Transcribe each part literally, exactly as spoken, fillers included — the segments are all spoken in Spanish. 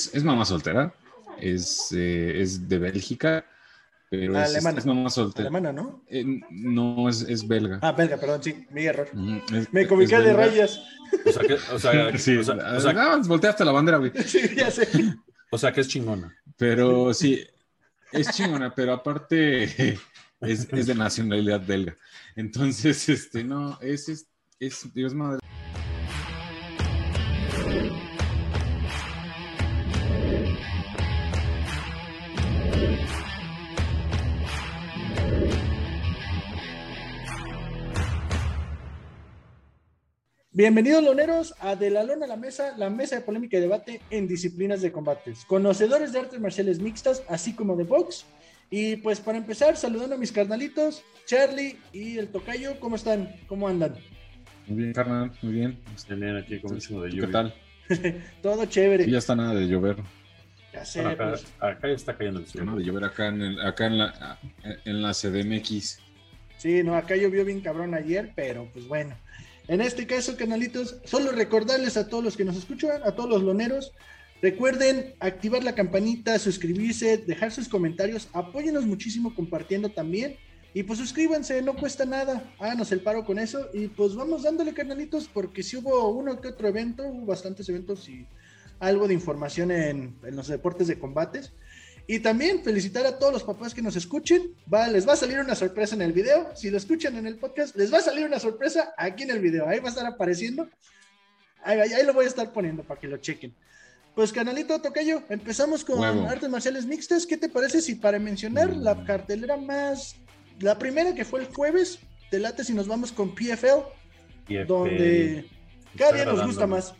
es mamá soltera, es, eh, es de Bélgica, pero Ah, es, alemana. es mamá soltera. Alemana, ¿no? Eh, no, es, es belga. Ah, belga, perdón, sí, mi error. Ujú, Es, Me es comiqué de belga. rayas. O sea, que, o sea, Sí, o sea, o sea, nada más volteaste la bandera, güey. Sí, ya No, sé. o sea, que es chingona. pero sí, es chingona, pero aparte es, es de nacionalidad belga. Entonces, este, no, es, es, es Dios madre. Bienvenidos, loneros, a De la Lona a la Mesa, la mesa de polémica y debate en disciplinas de combates. Conocedores de artes marciales mixtas, así como de box. Y pues para empezar, saludando a mis carnalitos, Charlie y el tocayo, ¿cómo están? ¿Cómo andan? Muy bien, carnal, muy bien. Tenían aquí con muchísimo de ¿Qué lluvia. tal? Todo chévere. Sí, ya está nada de llover. Ya sé, Bueno, acá, pues. acá ya está cayendo el Ya cielo. nada de llover acá en, el, acá en la, en la C D M X. Sí, no, acá llovió bien cabrón ayer, pero pues bueno. En este caso, canalitos, solo recordarles a todos los que nos escuchan, a todos los loneros, recuerden activar la campanita, suscribirse, dejar sus comentarios, apóyenos muchísimo compartiendo también, y pues suscríbanse, no cuesta nada, háganos el paro con eso, y pues vamos dándole, carnalitos, porque si hubo uno que otro evento, hubo bastantes eventos y algo de información en, en los deportes de combates. Y también felicitar a todos los papás que nos escuchen. Va, les va a salir una sorpresa en el video. Si lo escuchan en el podcast, les va a salir una sorpresa aquí en el video. Ahí va a estar apareciendo. Ahí, ahí, ahí lo voy a estar poniendo para que lo chequen. Pues, canalito tocayo, empezamos con Huevo. artes marciales mixtas. ¿Qué te parece si para mencionar Mm. la cartelera más, la primera que fue el jueves, te late si nos vamos con P F L, P F L, donde me cada está día nos gusta agradando. más.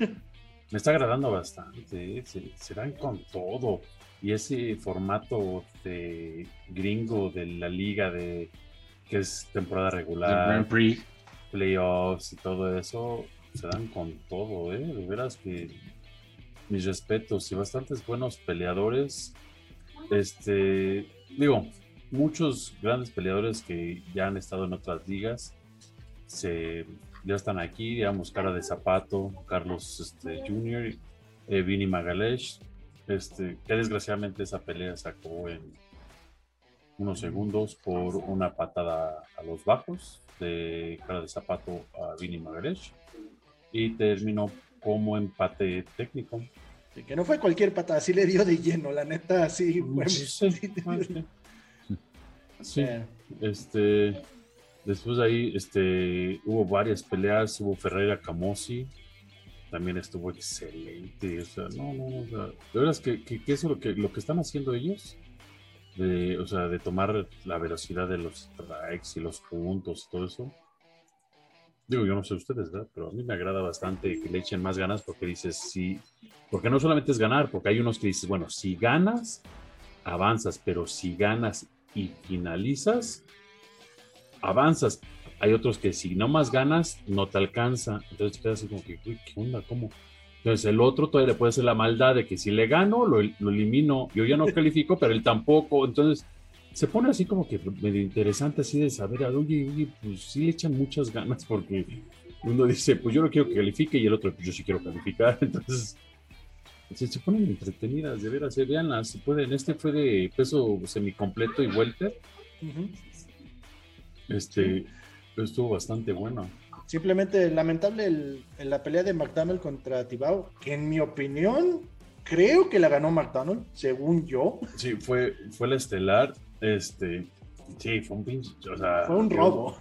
Me está agradando bastante, ¿eh? se, se dan con todo. Y ese formato de gringo de la liga, de que es temporada El regular, Grand Prix. playoffs y todo eso, se dan con todo, ¿eh? De veras que mis respetos y bastantes buenos peleadores. Este, digo, muchos grandes peleadores que ya han estado en otras ligas, se, ya están aquí, digamos, Cara de Zapato, Carlos este, junior, eh, Vinny Magalhães, este, que desgraciadamente esa pelea se acabó en unos segundos por una patada a los bajos de Cara de Zapato a Vinny Magalhães y terminó como empate técnico. Sí, que no fue cualquier patada, sí le dio de lleno, la neta, sí. Fue, Sí, sí, sí, ah, sí. Sí, eh, este, después de ahí este, hubo varias peleas, hubo Ferreira Camosi, también estuvo excelente, o sea, no, no, o sea, de verdad es que, que, que eso lo que, lo que están haciendo ellos, de, o sea, de tomar la velocidad de los strikes y los puntos y todo eso, digo, yo no sé ustedes, ¿verdad? Pero a mí me agrada bastante que le echen más ganas porque dices, sí, porque no solamente es ganar, porque hay unos que dices, bueno, si ganas, avanzas, pero si ganas y finalizas, avanzas. Hay otros que si no más ganas, no te alcanza. Entonces te quedas así como que, uy, ¿qué onda? ¿Cómo? Entonces el otro todavía le puede hacer la maldad de que si le gano, lo, lo elimino. Yo ya no califico, pero él tampoco. Entonces se pone así como que medio interesante así de saber, oye, oye, pues sí le echan muchas ganas porque uno dice, pues yo no quiero que califique y el otro, pues yo sí quiero calificar. Entonces se, se ponen entretenidas, de veras, veanlas, si pueden. Este fue de peso semicompleto y welter. uh-huh. Este, estuvo bastante bueno. Simplemente lamentable el, el, la pelea de McDonald contra Tibau, que en mi opinión creo que la ganó McDonald, según yo. Sí, fue, fue la estelar. Este, sí, fue un pinche, o sea, fue un robo.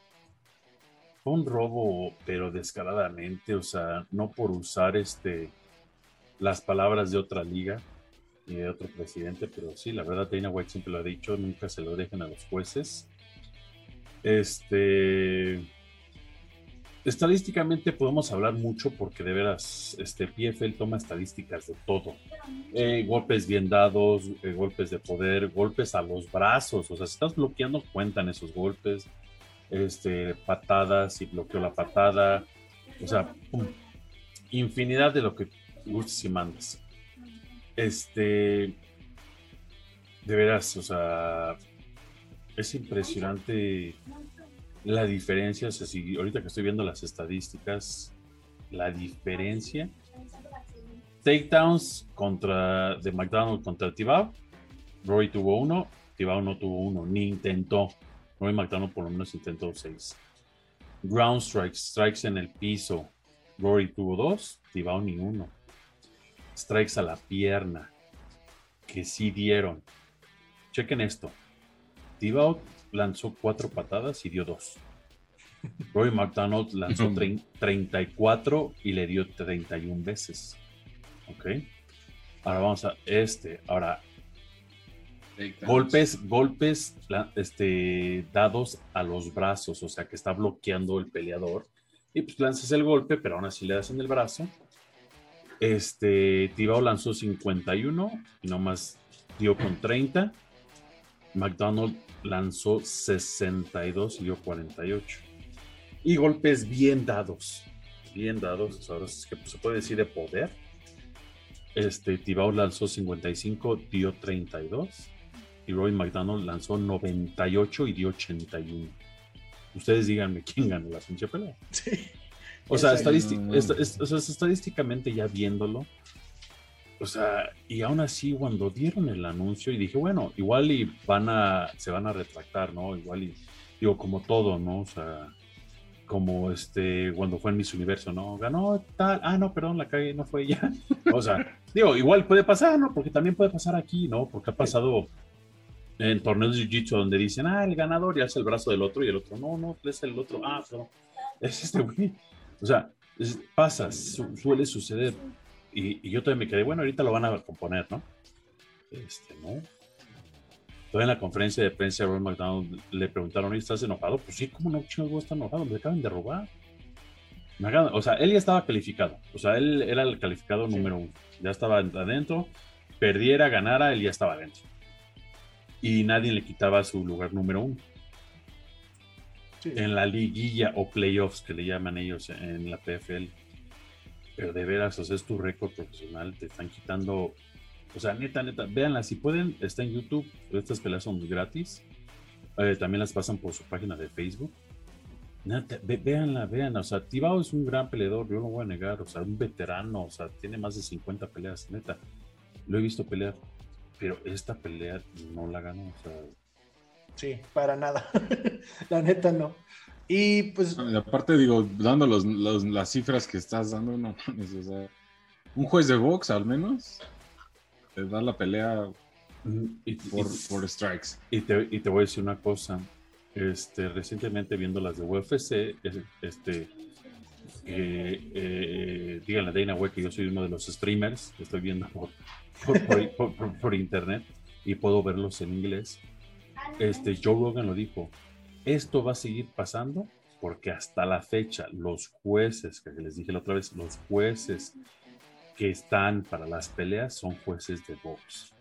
Fue un robo, pero descaradamente, o sea, no por usar este las palabras de otra liga y de otro presidente, pero sí, la verdad, Dana White siempre lo ha dicho, nunca se lo dejen a los jueces. Este, estadísticamente podemos hablar mucho porque de veras, este P F L toma estadísticas de todo, eh, golpes bien dados, eh, golpes de poder, golpes a los brazos, o sea, si estás bloqueando, cuentan esos golpes, este, patadas, si bloqueó la patada, o sea, pum, infinidad de lo que gustes y mandes. Este, de veras, o sea, es impresionante la diferencia, o sea, si ahorita que estoy viendo las estadísticas, la diferencia takedowns contra, de McDonald contra Tibau. Rory tuvo uno, Tibau no tuvo uno, ni intentó. Rory McDonald por lo menos intentó seis. Ground strikes, strikes en el piso. Rory tuvo dos, Tibau ni uno. Strikes a la pierna, que sí dieron. Chequen esto. Tibau lanzó cuatro patadas y dio dos. Rory McDonald lanzó treinta y cuatro y le dio treinta y una veces. Ok. Ahora vamos a este. Ahora, golpes, golpes este, dados a los brazos, o sea que está bloqueando el peleador. Y pues lanzas el golpe, pero aún así le das en el brazo. Este, Tibau lanzó cincuenta y uno y nomás dio con treinta. McDonald lanzó sesenta y dos y dio cuarenta y ocho. Y golpes bien dados. Bien dados. Ahora es que se puede decir de poder. Este, Tibau lanzó cincuenta y cinco, dio treinta y dos. Y Rory McDonald lanzó noventa y ocho y dio ochenta y uno. Ustedes díganme quién ganó la pinche pelea. Sí. O sea, estadístic, no, no. Est, est, o sea, estadísticamente ya viéndolo. O sea, y aún así cuando dieron el anuncio y dije, bueno, igual y van a, se van a retractar, ¿no? Igual y, digo, como todo, ¿no? O sea, como este, cuando fue en Miss Universo, ¿no? Ganó tal, ah, no, perdón, la cagué, no fue ella. O sea, digo, igual puede pasar, ¿no? Porque también puede pasar aquí, ¿no? Porque ha pasado en torneos de Jiu-Jitsu donde dicen, ah, el ganador y hace el brazo del otro y el otro, no, no, es el otro, ah, pero es este güey. O sea, es, pasa, su, suele suceder. Y, y yo todavía me quedé, bueno, ahorita lo van a componer, ¿no? Este, ¿no? Todavía en la conferencia de prensa a Rory McDonald le preguntaron, ¿estás enojado? Pues sí, ¿cómo no, chingos, está enojado? Me acaban de robar. Me acaban, o sea, él ya estaba calificado. O sea, él era el calificado sí. número uno. Ya estaba adentro. Perdiera, ganara, él ya estaba adentro. Y nadie le quitaba su lugar número uno. Sí. En la liguilla o playoffs que le llaman ellos en la P F L. Pero de veras, o sea, es tu récord profesional, te están quitando, o sea, neta, neta, véanla, si pueden, está en YouTube, estas peleas son gratis, eh, también las pasan por su página de Facebook, neta, ve, véanla, véanla, o sea, Tibau es un gran peleador, yo no voy a negar, o sea, un veterano, o sea, tiene más de cincuenta peleas, neta, lo he visto pelear, pero esta pelea no la ganó, o sea. Sí, para nada, la neta no. Y pues. Y aparte, digo, dando los, los, las cifras que estás dando, no mames, o sea, un juez de box al menos te da la pelea y, por, y, por strikes. Y te, y te voy a decir una cosa, este, recientemente viendo las de U F C, este, eh, eh, díganle a Dana White que yo soy uno de los streamers que estoy viendo por, por, por, por, por, por internet y puedo verlos en inglés. Este, Joe Rogan lo dijo. Esto va a seguir pasando porque hasta la fecha los jueces, que les dije la otra vez, los jueces que están para las peleas son jueces de box.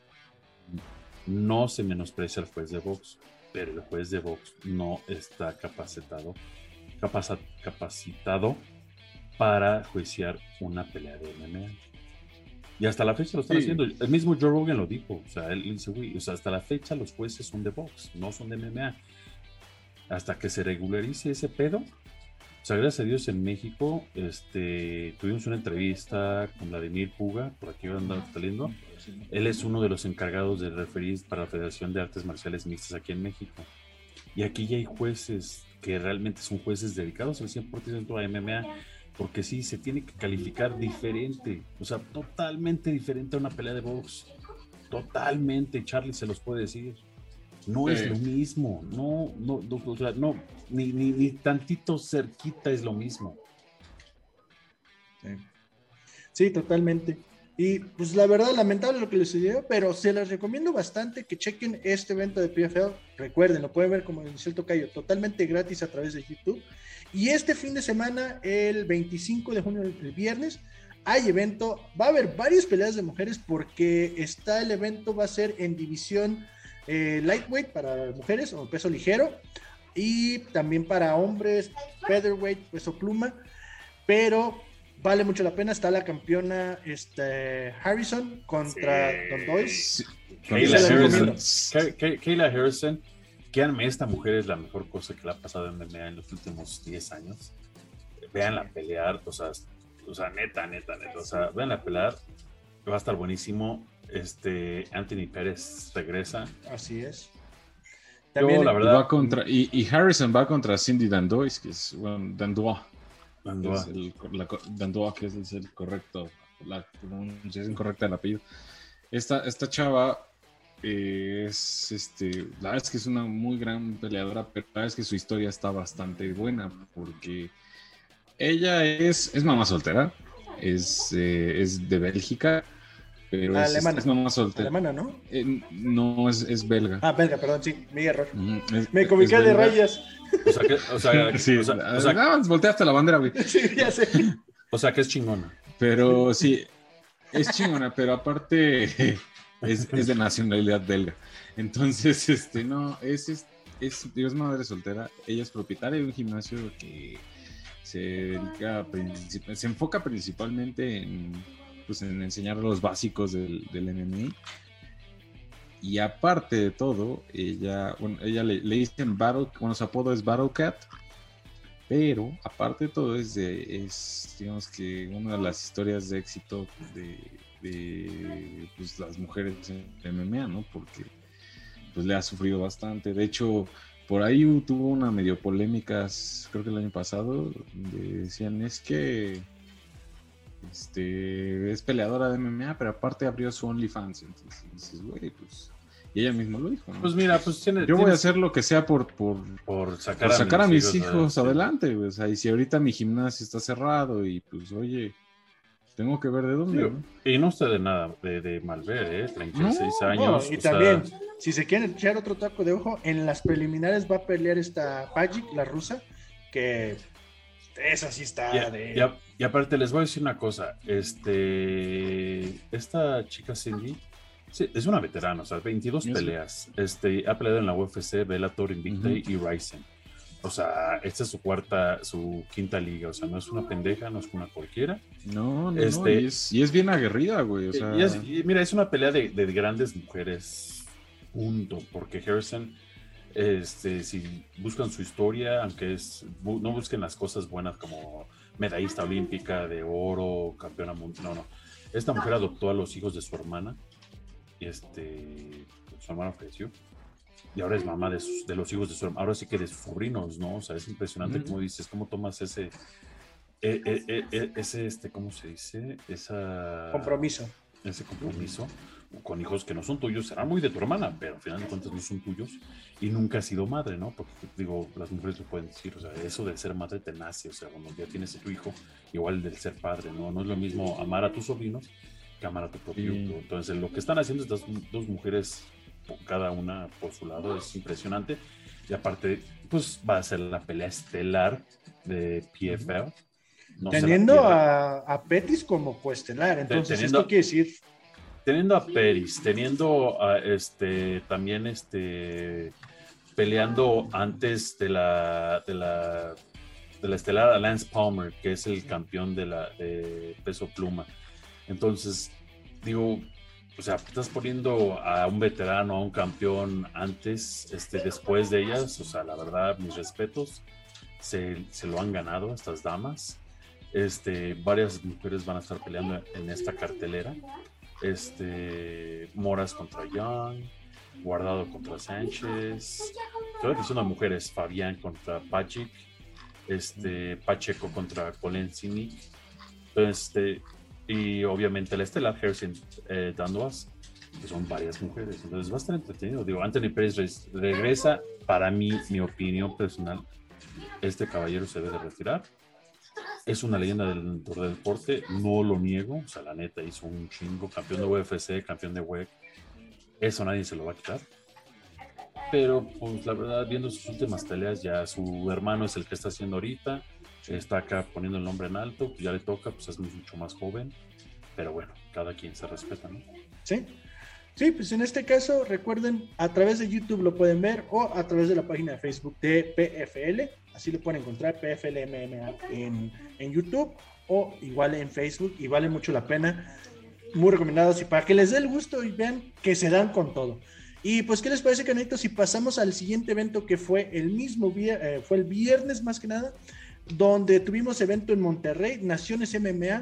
No se menosprecia al juez de box, pero el juez de box no está capacitado, capac- capacitado para juiciar una pelea de M M A. Y hasta la fecha lo están sí. haciendo. El mismo Joe Rogan lo dijo. O sea, él dice, güey, o sea, hasta la fecha los jueces son de box, no son de M M A. Hasta que se regularice ese pedo. O sea, gracias a Dios en México este, tuvimos una entrevista con Vladimir Puga, por aquí va a andar saliendo. Él es uno de los encargados de referir para la Federación de Artes Marciales Mixtas aquí en México. Y aquí ya hay jueces que realmente son jueces dedicados al cien por ciento a M M A, porque sí, se tiene que calificar diferente, o sea, totalmente diferente a una pelea de box. Totalmente, Charlie se los puede decir. No sí. es lo mismo, no, no, no, o sea, no, ni, ni, ni tantito cerquita es lo mismo. Sí. sí, totalmente. Y pues la verdad, lamentable lo que les sucedió, pero se les recomiendo bastante que chequen este evento de P F L. Recuerden, lo pueden ver como decía el tocayo, totalmente gratis a través de YouTube. Y este fin de semana, el veinticinco de junio, el viernes, hay evento. Va a haber varias peleas de mujeres porque está el evento, va a ser en división eh, lightweight para mujeres o peso ligero, y también para hombres featherweight, peso pluma, pero vale mucho la pena. Está la campeona este, Harrison contra sí. Don Doyle. Sí. Kayla Harrison. Kayla Harrison. Créanme, esta mujer es la mejor cosa que le ha pasado en M M A en los últimos diez años. Véanla pelear, o sea, o sea, neta, neta, neta, o sea, véanla pelear. va a estar buenísimo. Este, Anthony Pérez regresa. Así es. También, Yo, la verdad, y, va contra, y, y Harrison va contra Cindy Dandois, que es bueno, Dandois. Dandois. Es el, la, Dandois, que es el, es el correcto, la pronunciación correcta del apellido. Esta, esta chava eh, es, este, la verdad es que es una muy gran peleadora, pero la verdad es que su historia está bastante buena, porque ella es, es mamá soltera, es, eh, es de Bélgica, pero ah, es, alemana. es mamá soltera. Alemana, ¿no? Eh, no, es, es belga. Ah, belga, perdón, sí, mi error. Mm, es, Me comiqué de rayas. O sea, que, o sea, sí, o sea, o sea, nada más volteaste la bandera, güey. Sí, ya sé. O sea, que es chingona. Pero sí, es chingona, pero aparte es, es de nacionalidad belga. Entonces, este, no, es, es, es, es madre soltera. Ella es propietaria de un gimnasio que se dedica, a, se enfoca principalmente en, pues, en enseñar los básicos del, del M M A. Y aparte de todo, ella, bueno, ella le, le dicen Battle, bueno, su apodo es Battle Cat, pero aparte de todo es, de, es digamos que una de las historias de éxito de, de pues, las mujeres en M M A, ¿no? Porque pues le ha sufrido bastante. De hecho, por ahí tuvo una medio polémica, creo que el año pasado, donde decían es que Este, es peleadora de M M A, pero aparte abrió su OnlyFans. Entonces dices, güey, pues. Y ella misma lo dijo, ¿no? Pues mira, pues tiene, yo tienes... voy a hacer lo que sea por, por, por sacar, por a, sacar mis a mis hijos, hijos adelante, güey. O sea, y si ahorita mi gimnasio está cerrado y pues, oye, tengo que ver de dónde, sí, ¿no? Y no está de nada de, de mal ver, ¿eh? treinta y seis no, años. No, y también, sea... si se quieren echar otro taco de ojo, en las preliminares va a pelear esta Pajic, la rusa, que esa sí está y, de... Y, a, y aparte les voy a decir una cosa, este, esta chica Cindy, sí, es una veterana, o sea, veintidós sí, peleas, este, ha peleado en la U F C, Bellator, Invicta uh-huh. y Ryzen. O sea, esta es su cuarta, su quinta liga, o sea, no es una pendeja, no es una cualquiera. No, no, este, no y, es, y es bien aguerrida, güey, o sea... Y, es, y mira, es una pelea de, de grandes mujeres, punto, porque Harrison... Este, si buscan su historia, aunque es bu- no busquen las cosas buenas como medallista olímpica de oro, campeona mundial, no, no. Esta mujer adoptó a los hijos de su hermana, y este, su hermana falleció, y ahora es mamá de, sus, de los hijos de su hermana, ahora sí que de sus sobrinos, ¿no? O sea, es impresionante mm-hmm. Como dices, cómo tomas ese, eh, eh, eh, eh, ese, este, ¿cómo se dice? Esa... Compromiso. Ese compromiso. Con hijos que no son tuyos, serán muy de tu hermana, pero al final de cuentas no son tuyos y nunca has sido madre, ¿no? Porque digo, las mujeres lo pueden decir, o sea, eso de ser madre te nace, o sea, cuando ya tienes a tu hijo, igual del ser padre, ¿no? No es lo mismo amar a tus sobrinos que amar a tu propio hijo. Sí. Entonces, lo que están haciendo estas dos mujeres, cada una por su lado, es impresionante. Y aparte, pues va a ser la pelea estelar de P F L. No Teniendo a, a Pettis como coestelar, entonces Teniendo, esto quiere decir... Teniendo a Peris, teniendo a este también este peleando antes de la de la de la estelar a Lance Palmer, que es el campeón de la de peso pluma. Entonces, digo, o sea, estás poniendo a un veterano, a un campeón antes, este, después de ellas, o sea, la verdad, mis respetos, se, se lo han ganado estas damas. Este, varias mujeres van a estar peleando en esta cartelera. Este, Moras contra Young, Guardado contra Sánchez, creo que son las mujeres, Fabián contra Pajic, este, Pacheco contra Kolensiny, este, y obviamente la estelar Harrison eh, Dandois, que son varias mujeres, entonces va a estar entretenido. Digo, Anthony Pérez re- regresa, para mí, mi opinión personal, este caballero se debe de retirar. Es una leyenda del, del deporte, no lo niego, o sea, la neta hizo un chingo, campeón de U F C, campeón de W E C, eso nadie se lo va a quitar. Pero, pues, la verdad, viendo sus últimas peleas, ya su hermano es el que está haciendo ahorita, está acá poniendo el nombre en alto, pues ya le toca, pues es mucho más joven, pero bueno, cada quien se respeta, ¿no? Sí. Sí, pues en este caso, recuerden, a través de YouTube lo pueden ver o a través de la página de Facebook de P F L, así lo pueden encontrar, P F L M M A en, en YouTube o igual en Facebook, y vale mucho la pena, muy recomendados y para que les dé el gusto y vean que se dan con todo. Y pues, ¿qué les parece, canaditos, si pasamos al siguiente evento que fue el mismo, eh, fue el viernes más que nada, donde tuvimos evento en Monterrey, Naciones M M A,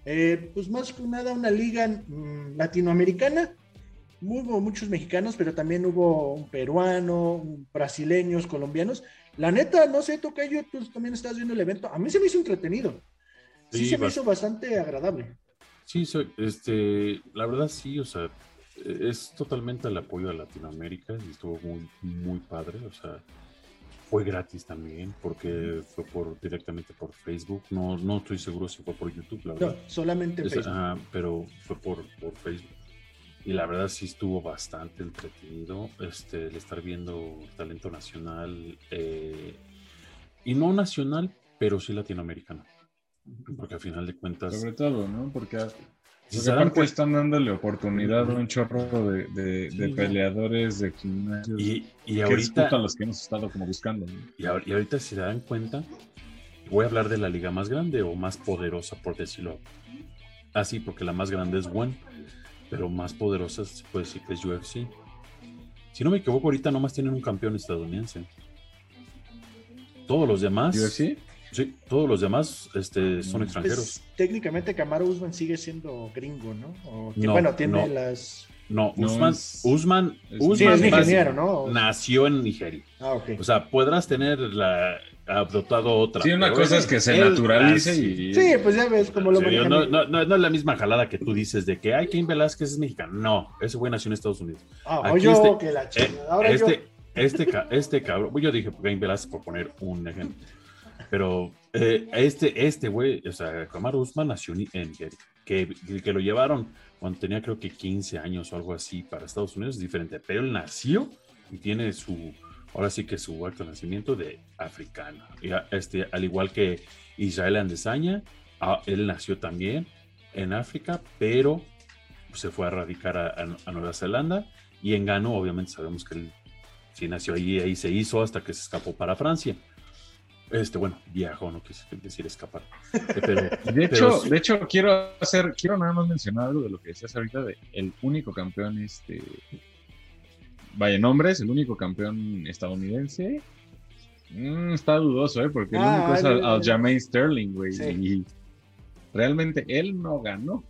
Eh, pues más que nada una liga mmm, latinoamericana. Hubo muchos mexicanos, pero también hubo un peruano, un brasileños, colombianos. La neta, no sé, Tocayo, tú también estás viendo el evento. A mí se me hizo entretenido. Sí, Sí, se me bast- hizo bastante agradable. sí, soy, este, la verdad sí, o sea, es totalmente el apoyo a Latinoamérica y estuvo muy, muy padre, o sea, fue gratis también porque fue por directamente por Facebook, no, no estoy seguro si fue por YouTube, la No, verdad, solamente Es- Facebook. ajá, pero fue por, por Facebook. Y la verdad sí estuvo bastante entretenido este, el estar viendo talento nacional, eh, y no nacional, pero sí latinoamericano, porque al final de cuentas, Sobre todo, ¿no? Porque, si porque se dan aparte cuenta, están dándole oportunidad a un chorro de, de, de sí, no. peleadores de gimnasios, Y, y que es justo ahorita, a los que hemos estado como buscando, ¿no? y, ahor- y ahorita si se dan cuenta, voy a hablar de la liga más grande o más poderosa, por decirlo así, porque la más grande es One, pero más poderosa se puede decir que es U F C. Si no me equivoco, ahorita nomás tienen un campeón estadounidense. Todos los demás, ¿U F C? sí, todos los demás este, son Mm. extranjeros. Pues, técnicamente Kamaru Usman sigue siendo gringo, ¿no? O que, No, bueno, tiene no. las... No, No, Usman, es- Usman, es- Usman Sí, es basi- ingeniero, ¿no? nació en Nigeria. Ah, ok. O sea, podrás tener la, adoptado otra. Sí, una pero cosa él- es que se él naturalice nació. y... Sí, pues ya ves cómo lo En serio, manejan no, ellos. no, no, no es la misma jalada que tú dices de que, ay, Cain Velázquez es mexicano. No, ese güey nació en Estados Unidos. Ah, o Aquí yo, este- que la Eh, chingada. Ahora yo. este, este, ca- este cabrón, yo dije Cain Velázquez por poner un ejemplo, pero eh, este, este güey, o sea, Kamaru Usman nació en en Nigeria, que, que lo llevaron cuando tenía creo que quince años o algo así para Estados Unidos, es diferente, pero él nació y tiene su, ahora sí que su acto de nacimiento de africano, y a- este, al igual que Israel Adesanya, ah, él nació también en África, pero se fue a radicar a, a- a Nueva Zelanda, y en Gano obviamente sabemos que él sí nació ahí, ahí se hizo hasta que se escapó para Francia. Este, bueno, viajó, no quise decir escapar. Eh, Pero, De pero hecho, sí- de hecho, quiero hacer, quiero nada más mencionar algo de lo que decías ahorita de el único campeón, este, vaya nombres, el único campeón estadounidense. Mm, está dudoso, ¿eh? Porque el Ah, único es el- Al- el- Aljamain Sterling, güey. Sí. Y realmente él no ganó.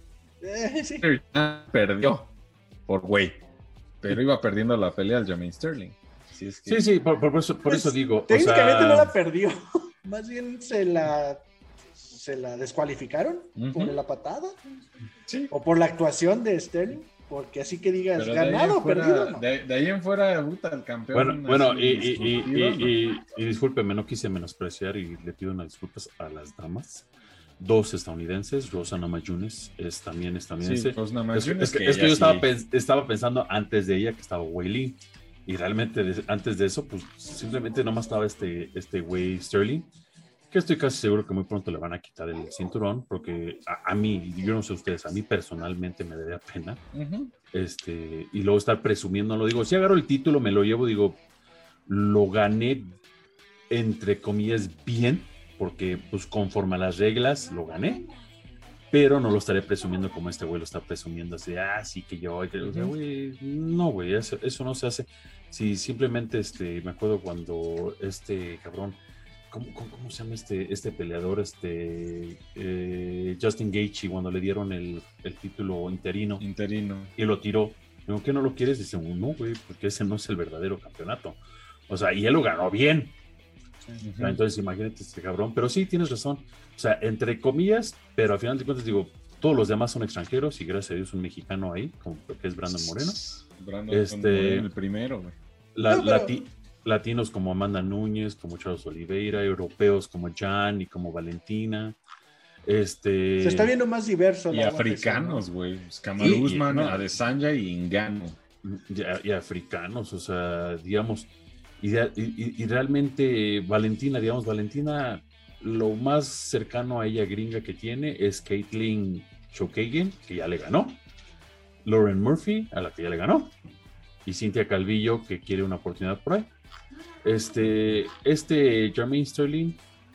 Eh, sí. Perdió por güey. Pero iba perdiendo la pelea Aljamain Sterling. Así es que... sí, sí, por, por eso, por Pues, eso digo. O Técnicamente sea, no la perdió. Más bien se la, se la descualificaron Ujú. por la patada Sí. o por la actuación de Sterling. Porque así que digas, Pero de ahí ganado en o fuera- perdido, no. de, de ahí en fuera, puta, el campeón. bueno, bueno, así y, y, y, indiscutido, y, ¿no? y- y discúlpeme, no quise menospreciar y le pido unas disculpas a las damas. Dos estadounidenses, Rosa Namajunas es también estadounidense. Sí, pues nada Es, más. es que, es que yo estaba, pens- estaba pensando antes de ella que estaba Weili. Y realmente de- antes de eso, pues simplemente nomás estaba este, este güey Sterling. Que estoy casi seguro que muy pronto le van a quitar el cinturón. Porque a, a mí, yo no sé ustedes, a mí personalmente me daría pena. Este, y luego estar presumiendo, lo digo, si agarro el título, me lo llevo, digo, lo gané entre comillas bien, porque pues conforme a las reglas lo gané, pero no lo estaré presumiendo como este güey lo está presumiendo, así, ah, sí que yo, que, o sea, güey, no, güey, eso, eso no se hace. Si simplemente, este, me acuerdo cuando este cabrón, ¿cómo, cómo, cómo se llama este, este peleador, este, eh, Justin Gaethje, cuando le dieron el, el título interino Interino. y lo tiró? Digo, ¿qué no lo quieres? Dice, no, güey, porque ese no es el verdadero campeonato. O sea, y él lo ganó bien. O sea, entonces imagínate este cabrón, pero sí, tienes razón, o sea, entre comillas, pero al final de cuentas digo, todos los demás son extranjeros y gracias a Dios un mexicano ahí, como que es Brandon Moreno. Brandon Este- Moreno, el primero, güey. La- No, pero- lati- latinos como Amanda Núñez, como Charles Oliveira, europeos como Jan y como Valentina. Este, Se está viendo más diverso. Y la U F C, africanos, ¿no? güey. Pues, Kamaru Sí, y- Usman, no. Adesanya y Ngannou. y, y africanos, o sea, digamos, y, de- y- y realmente Valentina, digamos, Valentina, lo más cercano a ella gringa que tiene es Caitlin Chookagian, que ya le ganó, Lauren Murphy, a la que ya le ganó, y Cintia Calvillo, que quiere una oportunidad por ahí. Este, este Jermaine Sterling,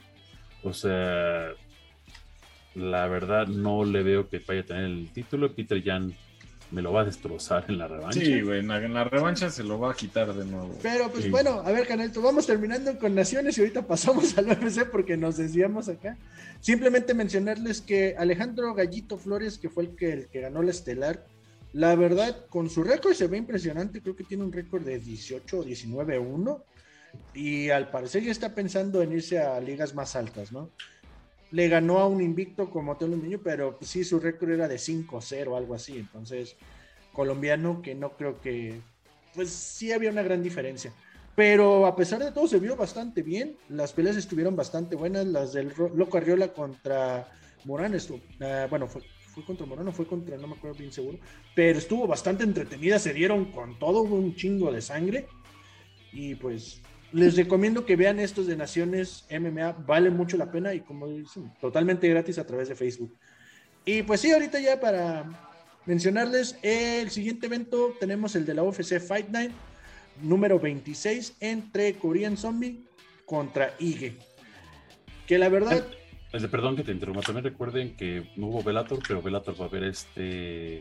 o sea, la verdad no le veo que vaya a tener el título. Peter Yan me lo va a destrozar en la revancha. Sí, güey, en la, en la revancha se lo va a quitar de nuevo. Pero pues Sí. bueno, a ver, Canelito, vamos terminando con Naciones y ahorita pasamos al U F C porque nos desviamos acá. Simplemente mencionarles que Alejandro Gallito Flores, que fue el que, el que ganó la estelar, la verdad, con su récord se ve impresionante, creo que tiene un récord de dieciocho o diecinueve uno y al parecer ya está pensando en irse a ligas más altas, ¿no? Le ganó a un invicto como Telo Niño, pero pues, sí, su récord era de cinco cero, algo así, entonces, colombiano que no creo que, pues sí había una gran diferencia. Pero a pesar de todo se vio bastante bien, las peleas estuvieron bastante buenas, las del Loco Arriola contra Morán, estuvo, uh, bueno, fue, fue contra Morán o fue contra, no me acuerdo bien seguro, pero estuvo bastante entretenida, se dieron con todo, hubo un chingo de sangre, y pues les recomiendo que vean estos de Naciones M M A, vale mucho la pena, y como dicen, totalmente gratis a través de Facebook. Y pues sí, ahorita ya para mencionarles, el siguiente evento tenemos el de la U F C Fight Night, número veintiséis, entre Korean Zombie contra Ige. Que la verdad... El de, perdón que te interrumpa, también recuerden que no hubo Bellator, pero Bellator va a haber este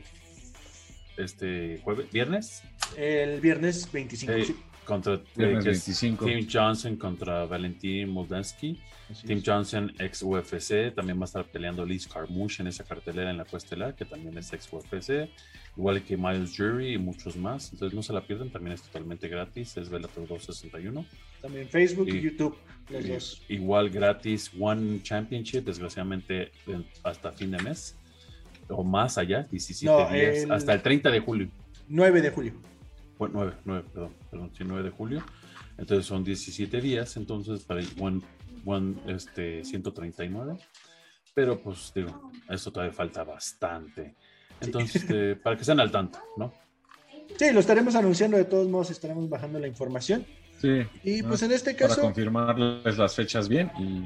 este jueves, viernes. El viernes veinticinco, Eh, sí. Contra Viernes eh, que es veinticinco. Tim Johnson contra Valentín Moldansky. Así Tim es. Johnson, ex U F C, también va a estar peleando Liz Carmouche en esa cartelera en la coestelar, que también es ex U F C, igual que Miles Jury y muchos más. Entonces no se la pierdan, también es totalmente gratis, es Bellator doscientos sesenta y uno. También Facebook y, Y- YouTube, los Y- dos. Igual gratis One Championship, desgraciadamente en- hasta fin de mes, o más allá, diecisiete No, días, el- hasta el treinta de julio. nueve de julio. Bueno, nueve, nueve, perdón, perdón, sí, nueve de julio. Entonces son diecisiete días, entonces para One, one este, ciento treinta y nueve. Pero pues digo, esto todavía falta bastante. Entonces, este, para que estén al tanto, ¿no? Sí, lo estaremos anunciando de todos modos, estaremos bajando la información. Sí. Y ¿no? pues en este Para caso, confirmarles las fechas bien y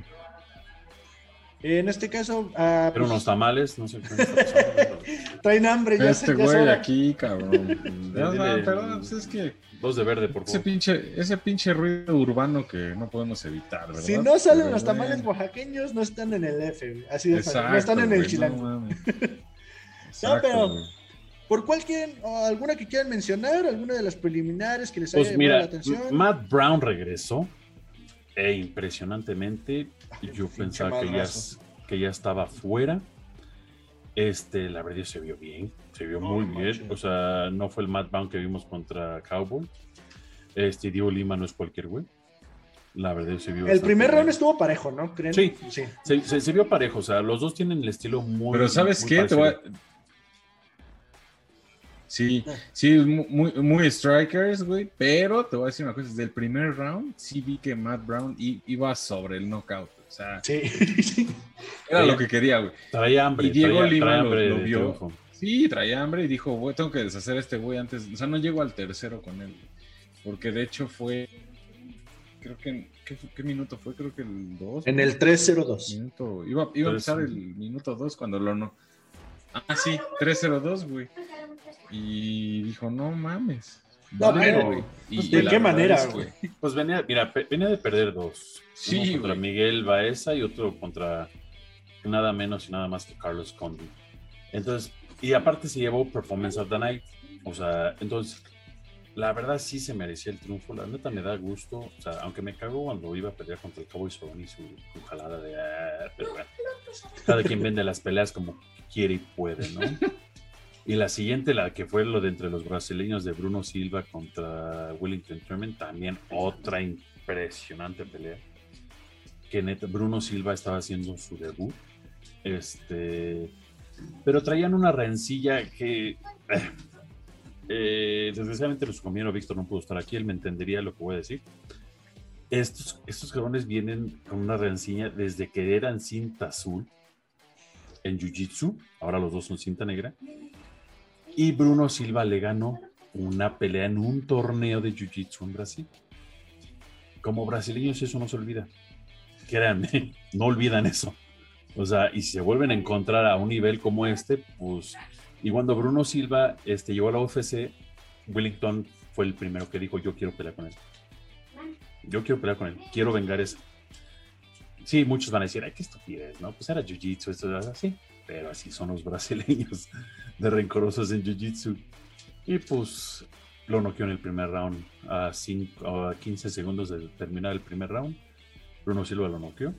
en este caso, ah, Pero pues, unos tamales, no sé qué está pasando. traen hambre, ya, este se- ya es güey hora. aquí, cabrón. Ya, Dile- perdón, pues es que Dos de verde, por ese favor. pinche, ese pinche ruido urbano que no podemos evitar, ¿verdad? Si no salen Pero los tamales bueno. oaxaqueños, no están en el F, güey. Así de fácil, Exacto, no están en el güey, chilango. no mames. Exacto, pero- güey. ¿Por cuál quieren, o alguna que quieran mencionar? ¿Alguna de las preliminares que les haya Pues llamado la mira, atención? Matt Brown regresó e impresionantemente yo Pinche pensaba que ya, madrazo. que ya estaba fuera. Este, la verdad se vio bien, se vio No muy manches. bien. O sea, no fue el Matt Brown que vimos contra Cowboy. Este, Diego Lima no es cualquier güey. La verdad se vio El bastante primer round bien. estuvo parejo, ¿no? ¿Creen? Sí. sí. Se, se- se vio parejo, o sea, los dos tienen el estilo muy. Pero ¿sabes muy qué? Te voy a- parecido. Sí, sí, mu- muy, muy strikers, güey, pero te voy a decir una cosa, desde el primer round sí vi que Matt Brown i- iba sobre el knockout, o sea, Sí, sí. era Oye, lo que quería, güey. Traía hambre. Y Diego traía, Lima traía lo- hambre lo de vio. triunfo. Sí, traía hambre y dijo, güey, tengo que deshacer a este güey antes, o sea, no llego al tercero con él, porque de hecho fue, creo que, ¿qué, fue- qué minuto fue? Creo que el dos. En el tres cero dos. Minuto, iba, iba a Tres, empezar sí. el minuto dos cuando lo no. Ah, sí, tres cero dos, güey. Y dijo, no mames. No, vale, pero, güey. Y- pues, y ¿de la qué verdad manera, es que- güey? Pues venía, mira, pe- venía de perder dos. Sí, Uno contra güey. Miguel Baeza y otro contra nada menos y nada más que Carlos Condi. Entonces, y aparte se llevó Performance of the Night. O sea, entonces, la verdad sí se merecía el triunfo. La neta me da gusto. O sea, aunque me cago cuando iba a pelear contra el Cowboy Cerrone y su, su jalada de. "Ah", pero bueno, cada quien vende las peleas como quiere y puede, ¿no? Y la siguiente, la que fue lo de entre los brasileños de Bruno Silva contra Wellington Turman, también otra impresionante pelea. Que neta, Bruno Silva estaba haciendo su debut. Este, pero traían una rencilla que eh, eh, desgraciadamente nuestro compañero Víctor no pudo estar aquí, él me entendería lo que voy a decir. Estos, estos cabrones vienen con una rencilla desde que eran cinta azul en Jiu-Jitsu, ahora los dos son cinta negra. Y Bruno Silva le ganó una pelea en un torneo de Jiu-Jitsu en Brasil. Como brasileños eso no se olvida. Créanme, no olvidan eso. O sea, y si se vuelven a encontrar a un nivel como este, pues... Y cuando Bruno Silva este, llegó a la U F C, Wellington fue el primero que dijo, yo quiero pelear con él. Yo quiero pelear con él, quiero vengar eso. Sí, muchos van a decir, ay, qué estupidez, ¿no? Pues era Jiu-Jitsu, esto era así. pero así son los brasileños de rencorosos en Jiu-Jitsu. Y pues lo noqueó en el primer round a, cinco, a quince segundos de terminar el primer round. Bruno Silva lo noqueó.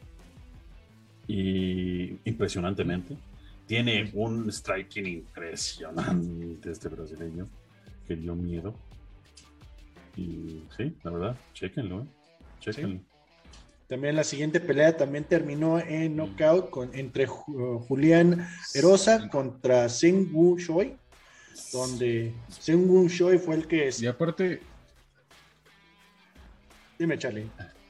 Y impresionantemente. Tiene un striking impresionante este brasileño que dio miedo. Y sí, la verdad, chéquenlo, ¿eh? Chéquenlo. Sí. También la siguiente pelea también terminó en knockout con, entre uh, Julián Erosa contra Seung Woo Choi, donde Seung Woo Choi fue el que... Y aparte... Dime, Charlie.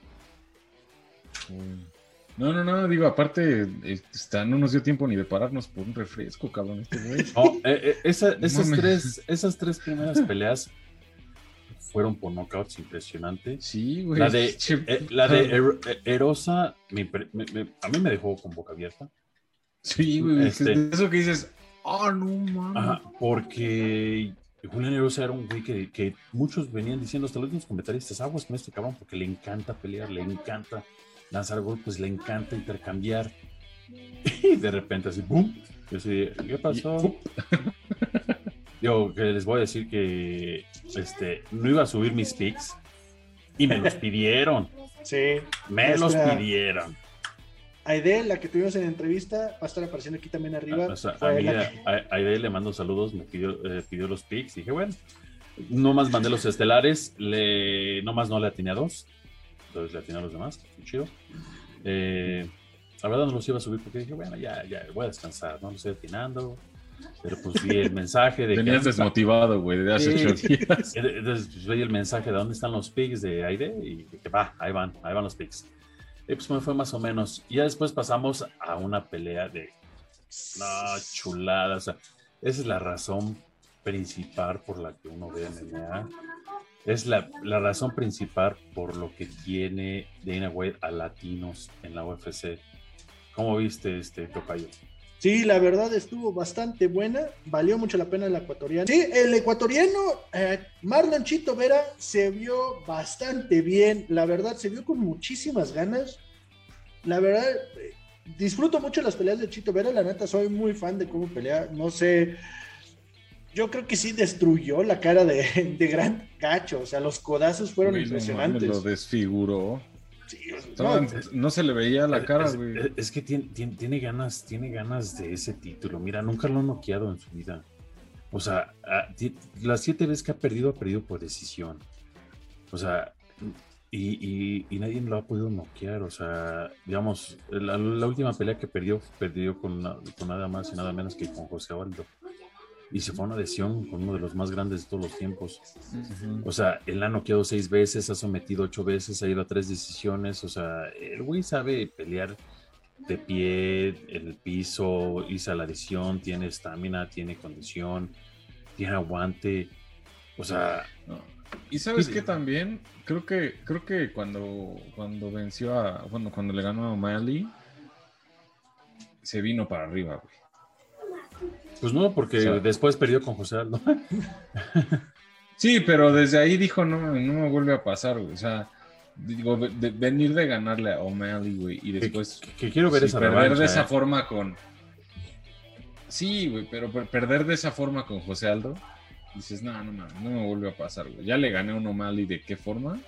No, no, no, digo, aparte, está, no nos dio tiempo ni de pararnos por un refresco, cabrón, este güey. No, eh, eh, esa, esas, tres, esas tres primeras peleas fueron por knockouts impresionantes. Sí, güey. La de, eh, la de er, Erosa, me, me, me, a mí me dejó con boca abierta. Sí, güey, este, eso que dices, oh, no, mames. Ajá, porque Julián Erosa era un güey que, que muchos venían diciendo, hasta los últimos comentaristas, aguas con este cabrón, porque le encanta pelear, le encanta lanzar golpes, le encanta intercambiar. Y de repente así, ¡pum! Yo así, ¿qué pasó? Yo que les voy a decir que este, no iba a subir mis pics y me los pidieron. Sí. Me los pidieron. Aide, la que tuvimos en la entrevista, va a estar apareciendo aquí también arriba. O sea, a mí, a, a Aide le mando saludos, me pidió, eh, pidió los pics y dije, bueno, nomás mandé los estelares, le, nomás no le atiné a dos. Entonces le atiné a los demás, chido. Eh, la verdad no los iba a subir porque dije, bueno, ya, ya, voy a descansar, no los estoy atinando. Pero pues vi el mensaje de... Tenías que... desmotivado, güey, de hace ocho sí. días. Entonces pues, vi el mensaje de dónde están los pics de Aide y dije, va, ahí van, ahí van los pics. Y pues me fue más o menos. Y ya después pasamos a una pelea de... No, chulada. O sea, esa es la razón principal por la que uno ve M M A. Es la, la razón principal por lo que tiene Dana White a latinos en la U F C. ¿Cómo viste este tocayo? Sí, la verdad estuvo bastante buena, valió mucho la pena el ecuatoriano. Sí, el ecuatoriano eh, Marlon Chito Vera se vio bastante bien, la verdad se vio con muchísimas ganas. La verdad, eh, disfruto mucho las peleas de Chito Vera, la neta soy muy fan de cómo pelea, no sé... Yo creo que sí destruyó la cara de, de Gran Cacho, o sea, los codazos fueron Uy, impresionantes. No, lo desfiguró. Sí, no, no, no se le veía la cara, güey. Es, es que tiene, tiene, tiene ganas, tiene ganas de ese título. Mira, nunca lo ha noqueado en su vida. O sea, a, las siete veces que ha perdido, ha perdido por decisión. O sea, y, y, y nadie lo ha podido noquear. O sea, digamos, la, la última pelea que perdió, perdió con, con nada más y nada menos que con José Aldo. Y se fue a una lesión con uno de los más grandes de todos los tiempos. Uh-huh. O sea, él ha noqueado seis veces, ha sometido ocho veces, ha ido a tres decisiones. O sea, el güey sabe pelear de pie, en el piso, hizo la lesión, tiene estamina, tiene condición, tiene aguante. O sea... No. Y sabes que también, creo que creo que cuando, cuando venció a... Bueno, cuando le ganó a O'Malley, se vino para arriba, güey. Pues no, porque o sea, después perdió con José Aldo. Sí, pero desde ahí dijo, no, no me vuelve a pasar, güey. O sea, digo, de, de, venir de ganarle a O'Malley, güey, y después... Que, que quiero ver sí, esa perder revancha, de esa eh. forma con... Sí, güey, pero perder de esa forma con José Aldo, dices, no, no, no, no me vuelve a pasar, güey. Ya le gané a un O'Malley, ¿de qué forma?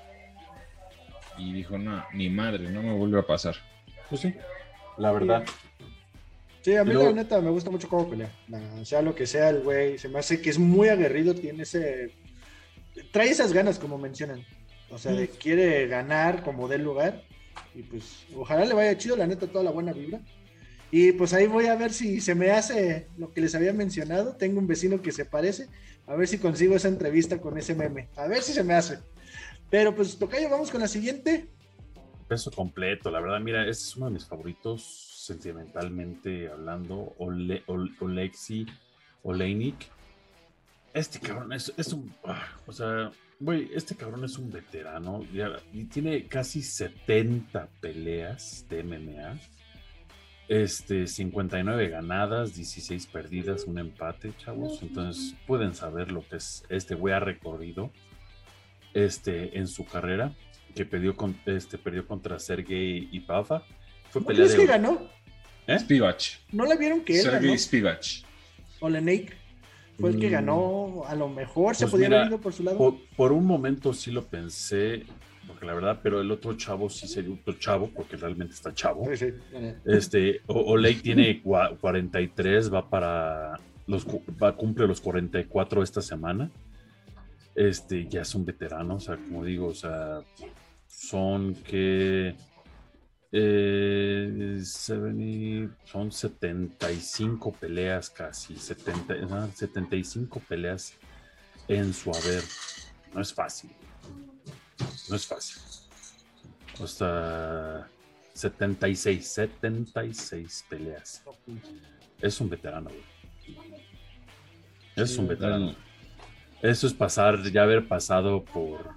Y dijo, no, ni madre, no me vuelve a pasar. Pues sí, la verdad. Sí. Sí, a mí Pero... la neta me gusta mucho cómo pelea. O sea, lo que sea el güey, se me hace que es muy aguerrido, tiene ese... Trae esas ganas, como mencionan. O sea, de quiere ganar como dé lugar. Y pues, ojalá le vaya chido, la neta, toda la buena vibra. Y pues ahí voy a ver si se me hace lo que les había mencionado. Tengo un vecino que se parece. A ver si consigo esa entrevista con ese meme. A ver si se me hace. Pero pues, tocayo, vamos con la siguiente. Peso completo, la verdad, mira, este es uno de mis favoritos. Sentimentalmente hablando, Ole, Ole, Oleksi Oleinik, este cabrón es, es un, o sea, güey, este cabrón es un veterano ya, y tiene casi setenta peleas de M M A, este, cincuenta y nueve ganadas, dieciséis perdidas, un empate, chavos, entonces pueden saber lo que es este güey ha recorrido este, en su carrera, que perdió, con, este, perdió contra Sergey Ipava. Fue ¿No pelea crees de... que ganó? ¿Eh? Spivak. ¿No la vieron que él Sergei ganó? Spivak. Olenek fue el que Mm. ganó, a lo mejor se Pues podía mira, haber ido por su lado. Por, por un momento sí lo pensé, porque la verdad, pero el otro chavo sí sería otro chavo, porque realmente está chavo. Sí, sí. Este, O- Oleg tiene cua- cuarenta y tres, va para los cu- va, cumple los cuarenta y cuatro esta semana. Este, ya es un veterano, o sea, como digo, o sea, son que eh, setenta son setenta y cinco peleas casi, setenta, ah, setenta y cinco peleas en su haber. No es fácil. No es fácil. O sea, setenta y seis, setenta y seis peleas. Es un veterano, güey. Es Sí, un ¿verdad? veterano. Eso es pasar, ya haber pasado por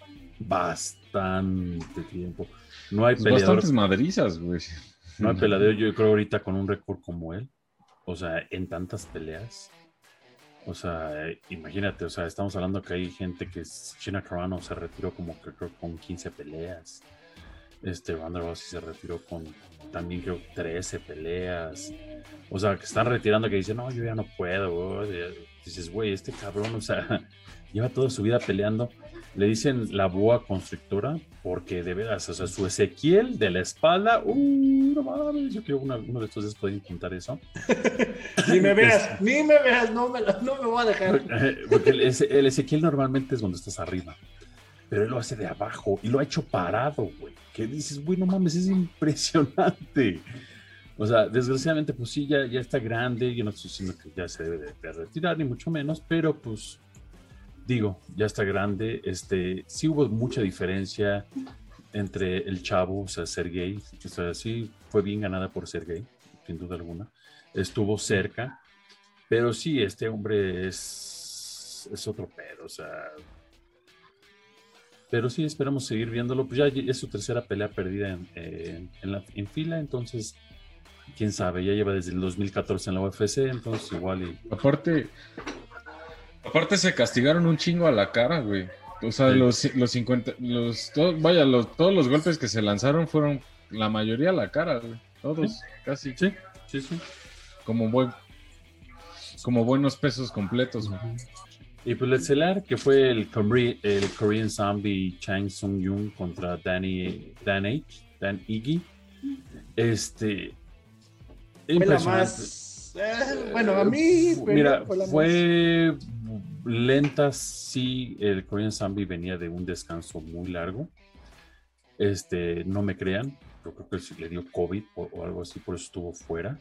bastante tiempo. No hay Pues peleador, bastantes madrizas, güey. no hay peleador, yo creo ahorita con un récord como él. O sea, en tantas peleas. O sea, eh, imagínate, o sea, estamos hablando que hay gente que es, Gina Carano se retiró como que creo con quince peleas. Este, Ronda Rousey se retiró con también creo trece peleas. O sea, que están retirando que dicen, no, yo ya no puedo, güey. Dices, güey, este cabrón, o sea, lleva toda su vida peleando. Le dicen la boa constrictora porque de veras, o sea, su Ezequiel de la espalda, uh, no mames, yo creo que uno, uno de estos días puede intentar eso. Ni me veas, ni me veas, no me, la- no me voy a dejar. Porque el, el Ezequiel normalmente es donde estás arriba, pero él lo hace de abajo y lo ha hecho parado, güey. Que dices, güey, no mames, es impresionante. O sea, desgraciadamente, pues sí, ya, ya está grande. Yo no estoy diciendo que ya se debe de, de retirar, ni mucho menos, pero pues, digo, ya está grande. Este, sí hubo mucha diferencia entre el chavo, o sea, Sergey. O sea, sí fue bien ganada por Sergey, sin duda alguna. Estuvo cerca, pero sí, este hombre es, es otro pedo, o sea. Pero sí, esperamos seguir viéndolo. Pues ya es su tercera pelea perdida en, en, en, la, en fila, entonces, quién sabe, ya lleva desde el dos mil catorce en la U F C, entonces igual y... Aparte, aparte se castigaron un chingo a la cara, güey. O sea, Sí. los, los cincuenta, los, todo- vaya, los, todos los golpes que se lanzaron fueron la mayoría a la cara, güey. Todos, Sí. casi. Sí, sí, sí. Como buen, como buenos pesos completos, güey. Y pues el estelar, que fue el, Korea- el Korean Zombie Chang Sung-Jung contra Danny, Dan H, Dan Iggy. Este... Fue la impresionante. más. eh, bueno, a mí. pero Mira, fue la fue lenta, sí, el Korean Zombie venía de un descanso muy largo. Este, no me crean, yo creo que sí le dio COVID o, o algo así, por eso estuvo fuera.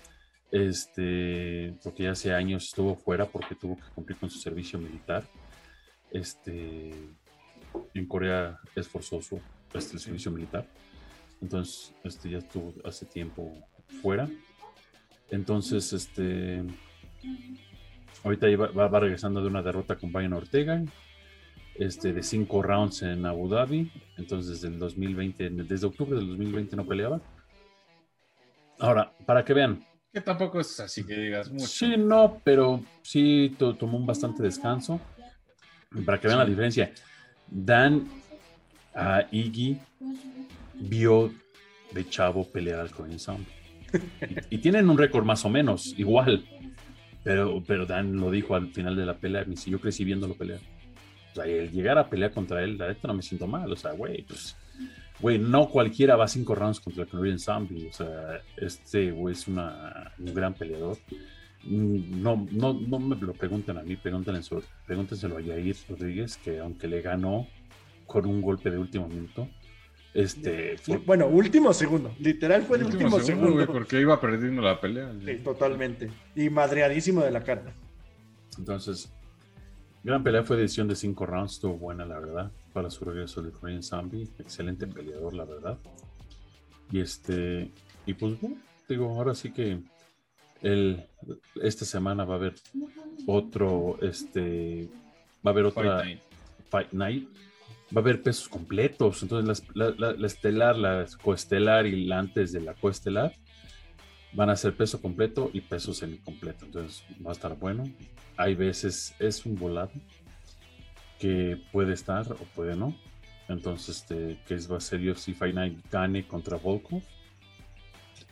Este, porque ya hace años estuvo fuera porque tuvo que cumplir con su servicio militar. Este, en Corea es forzoso este, el servicio militar. Entonces, este ya estuvo hace tiempo fuera. Entonces, este, ahorita va, va regresando de una derrota con Brian Ortega, este, de cinco rounds en Abu Dhabi. Entonces, desde el dos mil veinte, desde octubre del dos mil veinte no peleaba. Ahora, para que vean. Que tampoco es así que digas mucho. Sí, no, pero sí to, tomó un bastante descanso. Para que vean Sí. la diferencia. Dan a uh, Iggy vio de chavo pelear al Korean Zombie. Y, y tienen un récord más o menos igual, pero, pero Dan lo dijo al final de la pelea, me dice, yo crecí viéndolo pelear. O sea, el llegar a pelear contra él, la neta no me siento mal, o sea, güey, pues, güey, no cualquiera va a cinco rounds contra el Korean Zombie, o sea, este güey es una, un gran peleador. No, no, no me lo pregunten a mí, pregúntenle, pregúntenselo a Yair Rodríguez, que aunque le ganó con un golpe de último minuto, Este, fue... Bueno, último segundo. Literal fue el último, último segundo. segundo. Güey, porque iba perdiendo la pelea. Sí, totalmente. Y madreadísimo de la cara. Entonces, gran pelea, fue decisión de cinco rounds. Estuvo buena, la verdad. Para su regreso de Korean Zombie. Excelente peleador, la verdad. Y este, y pues, bueno, digo, ahora sí que el, esta semana va a haber otro, este, va a haber otra Fight Night. Fight Night. Va a haber pesos completos, entonces la, la, la estelar, la coestelar y la antes de la coestelar van a ser peso completo y peso semicompleto, entonces va a estar bueno. Hay veces es un volado que puede estar o puede no, entonces este, que va a ser U F C Fight Night Gane contra Volkov,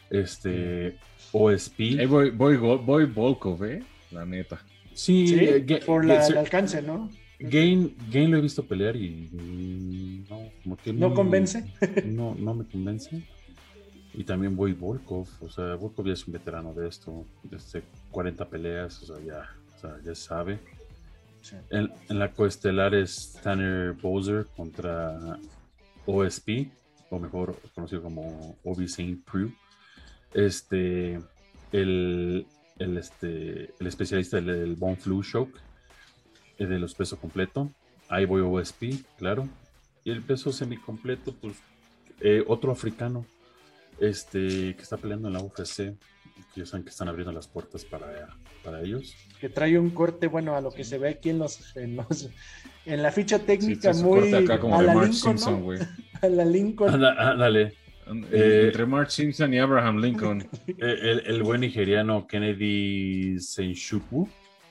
Este, O S P. Hey, voy, voy, voy Volkov, eh, la neta. Sí, Sí, eh, Ga- por Ga- la, se- el alcance, ¿no? Gain, Gain lo he visto pelear y mm, no, como que ¿No muy- convence? No, no me convence. Y también voy Volkov, o sea, Volkov ya es un veterano de esto, desde cuarenta peleas, o sea, ya, o sea, ya sabe. Sí. En, en la coestelar es Tanner Bowser contra O S P, o mejor conocido como Obi Saint Preux. Este, el, el, este, el especialista del, del Bone Flu Shock, el de los pesos completo. Ahí voy O S P, claro. Y el peso semicompleto, pues, eh, otro africano, este, que está peleando en la U F C, que ya saben que están abriendo las puertas para, para ellos. Que trae un corte, bueno, a lo que se ve aquí en los, en, los, en la ficha Sí, técnica, trae su muy corte acá como a de la Mark Lincoln, Simpson, ¿no? güey. A la Lincoln. Anda- Ándale. Eh, Eh, Entre Mark Simpson y Abraham Lincoln. el, el buen nigeriano Kennedy Senshuku,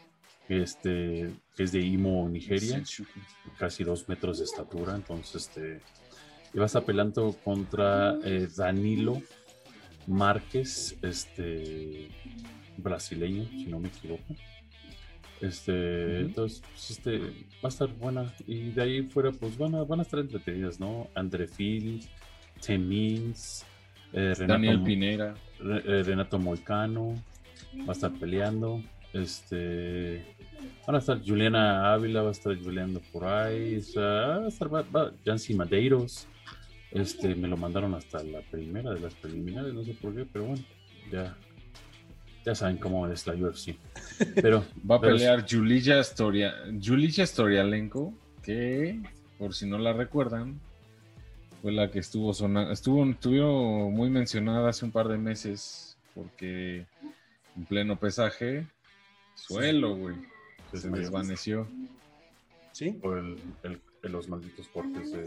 este, que es de Imo, Nigeria, casi dos metros de estatura, entonces este, y va a estar peleando contra eh, Danilo Márquez, este, brasileño, si no me equivoco. Este, Ujú. entonces, pues, este, va a estar buena. Y de ahí fuera, pues van a, van a estar entretenidas, ¿no? André Phil, Temins, eh, Renato, Daniel Mo- Pinera. Re- eh, Renato Moicano, va a estar peleando. Este, van a estar Juliana Ávila, va a estar peleando por ahí. O sea, va a estar va, va, Yancy Madeiros. Este, me lo mandaron hasta la primera de las preliminares, no sé por qué, pero bueno, ya, ya saben cómo es la U F C. Pero Va a pero pelear Julija Storia, Julija Storialenko, que por si no la recuerdan, fue la que estuvo sonando, estuvo, estuvo muy mencionada hace un par de meses, porque en pleno pesaje, suelo, güey, Sí, se sí, desvaneció. ¿Sí? por el, el- el- los malditos cortes de,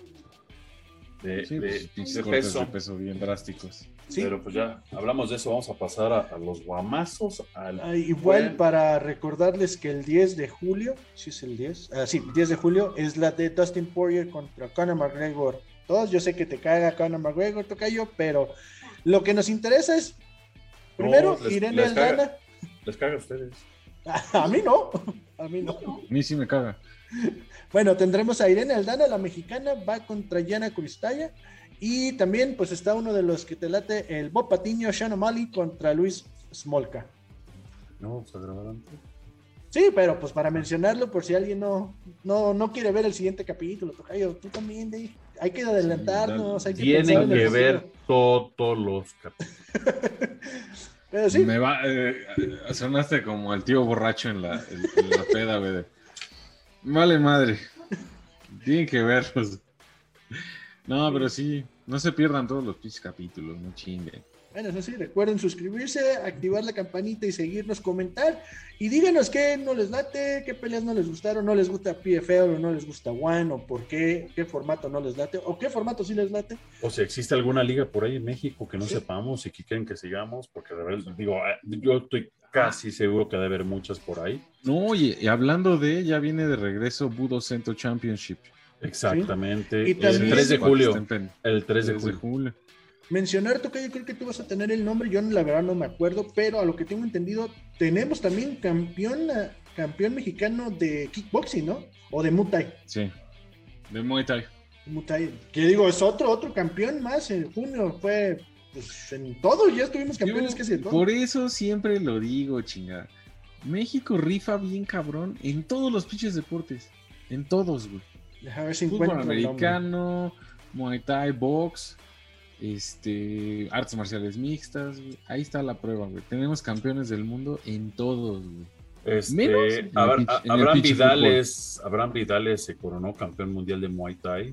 de, Sí, de- pues, pinches de cortes peso. de peso bien drásticos. Sí. Pero pues ya hablamos de eso, vamos a pasar a, a los guamazos. Al Ah, igual buen- para recordarles que el diez de julio, sí es el diez, ah, sí, diez de julio es la de Dustin Poirier contra Conor McGregor. Todos, yo sé que te caga Conor McGregor, tocayo, pero lo que nos interesa es, primero, No, les- Irene les caga. Aldana. Les caga a ustedes. A mí no, a mí no. A mí sí me caga. Bueno, tendremos a Irene Aldana, la mexicana, va contra Yana Cristalla. Y también, pues está uno de los que te late, el Bob Patiño, Sean O'Malley contra Luis Smolka. No, vamos a grabar antes. Sí, pero pues para mencionarlo, por si alguien no, no, no quiere ver el siguiente capítulo, tocayo, tú también, de, hay que adelantarnos, hay que pensar Tienen en el que futuro. ver todos los capítulos. Pero sí, Me va, eh, sonaste como el tío borracho en la, en, en la peda, güey. de, Vale madre. Tienen que verlos. No, pero sí, no se pierdan todos los pinches capítulos, no chinguen. bueno, eso sí, recuerden suscribirse, activar la campanita y seguirnos, comentar. Y díganos qué no les late, qué peleas no les gustaron, no les gusta P F L o no les gusta One, o por qué, qué formato no les late, o qué formato sí les late. O si existe alguna liga por ahí en México que no Sí. sepamos y que quieren que sigamos, porque de verdad, digo, eh, yo estoy casi seguro que debe haber muchas por ahí. No, oye, y hablando de, ya viene de regreso Budo Cento Championship. Exactamente. Y El también- tres de Para que julio. estén pen- El tres de tres de julio. julio. Mencionar, Tocayo, creo que tú vas a tener el nombre, yo la verdad no me acuerdo, pero a lo que tengo entendido, tenemos también campeón, eh, campeón mexicano de kickboxing, ¿no? O de Muay Thai. Sí, de Muay Thai. Muay Thai. Que digo, es otro, otro campeón más en junio, fue pues, en todo, ya estuvimos campeones Yo, casi de todo. por eso siempre lo digo, chingada. México rifa bien cabrón en todos los pinches deportes. En todos, güey. Deja ver si Fútbol encuentro el nombre. americano, Muay Thai, box, este, artes marciales mixtas, güey. Ahí está la prueba, güey. Tenemos campeones del mundo en todos, güey. Este, Menos en el Abra- pitch- en el Abraham pitch Vidales, Abraham Vidales se coronó campeón mundial de Muay Thai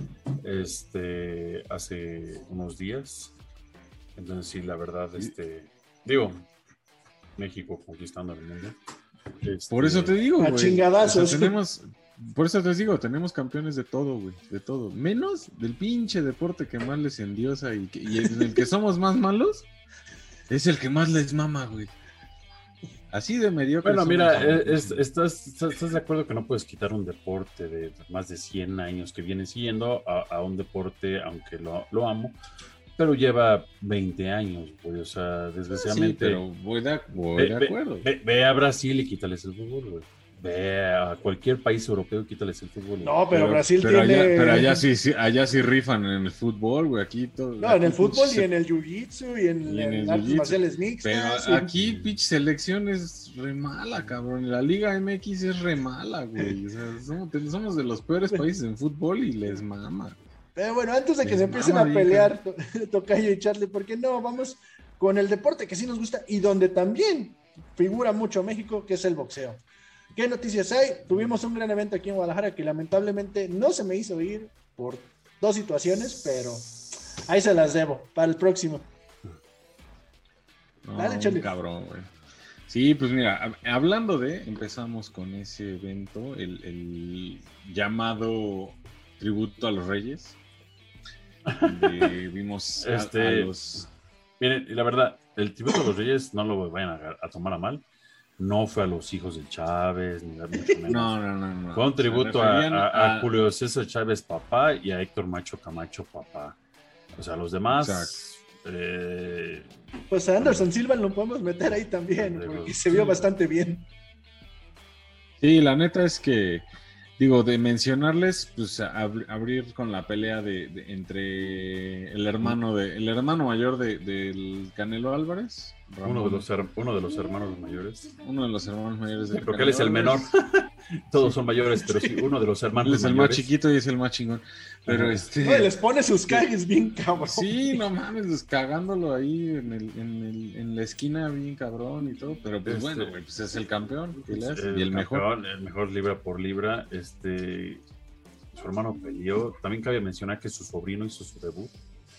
este, hace unos días. Entonces, sí, la verdad, este, digo, México conquistando el mundo. Este, Por eso te digo, A güey. chingadazos. O sea, tenemos, por eso te digo, tenemos campeones de todo, güey. De todo. Menos del pinche deporte que más les endiosa y, que- y en el que somos más malos, es el que más les mama, güey. Así de mediocre. Bueno, somos, mira, güey. eh, es- estás, estás, estás de acuerdo que no puedes quitar un deporte de más de cien años que viene siguiendo a, a un deporte, aunque lo, lo amo, pero lleva veinte años, pues, o sea, desgraciadamente. Sí, pero voy de, voy ve, de acuerdo. Ve, ve, ve a Brasil y quítales el fútbol, güey. Ve a cualquier país europeo y quítales el fútbol. No, pero, pero Brasil pero tiene... Allá, pero allá sí, sí, allá sí rifan en el fútbol, güey, aquí todo... No, aquí en el fútbol pinche... y en el jiu-jitsu y en, y en el artes marciales mixtas. Pero y... aquí, pinche selección es re mala, cabrón. La Liga M X es re mala, güey. O sea, somos, somos de los peores países en fútbol y les mama. Pero bueno, antes de que les se empiecen a bien, pelear, Tocayo y Charlie, ¿por qué no? Vamos con el deporte que sí nos gusta y donde también figura mucho México, que es el boxeo. ¿Qué noticias hay? Tuvimos un gran evento aquí en Guadalajara que lamentablemente no se me hizo ir por dos situaciones, pero ahí se las debo para el próximo. No, Dale, Charlie. Cabrón, güey. Sí, pues mira, hablando de, empezamos con ese evento, el, el llamado Tributo a los Reyes. Donde vimos a, este, a los... Miren, la verdad, el Tributo a los Reyes, no lo vayan a, a tomar a mal. No fue a los hijos de Chávez, ni mucho menos. No, no, no, no. Fue un tributo a, a, a... a Julio César Chávez, papá, y a Héctor Macho Camacho, papá. O sea, los demás... Eh... Pues a Anderson Silva lo podemos meter ahí también, porque se vio bastante bien. Sí, la neta es que, digo, de mencionarles, pues ab abrir con la pelea de, de entre el hermano de, el hermano mayor de, del Canelo Álvarez. Uno de, los, uno de los hermanos mayores. Uno de los hermanos mayores. Sí, porque él es el menor. Todos sí. son mayores, pero sí, uno de los hermanos mayores. Él es el mayores. Más chiquito y es el más chingón. Pero este... No, les pone sus cagues bien cabrón. Sí, no mames, pues, cagándolo ahí en, el, en, el, en la esquina bien cabrón y todo. Pero pues este, bueno, güey, pues es el campeón. Pues, es? El y el campeón, mejor. El mejor libra por libra. Este, su hermano peleó. También cabe mencionar que su sobrino hizo su debut.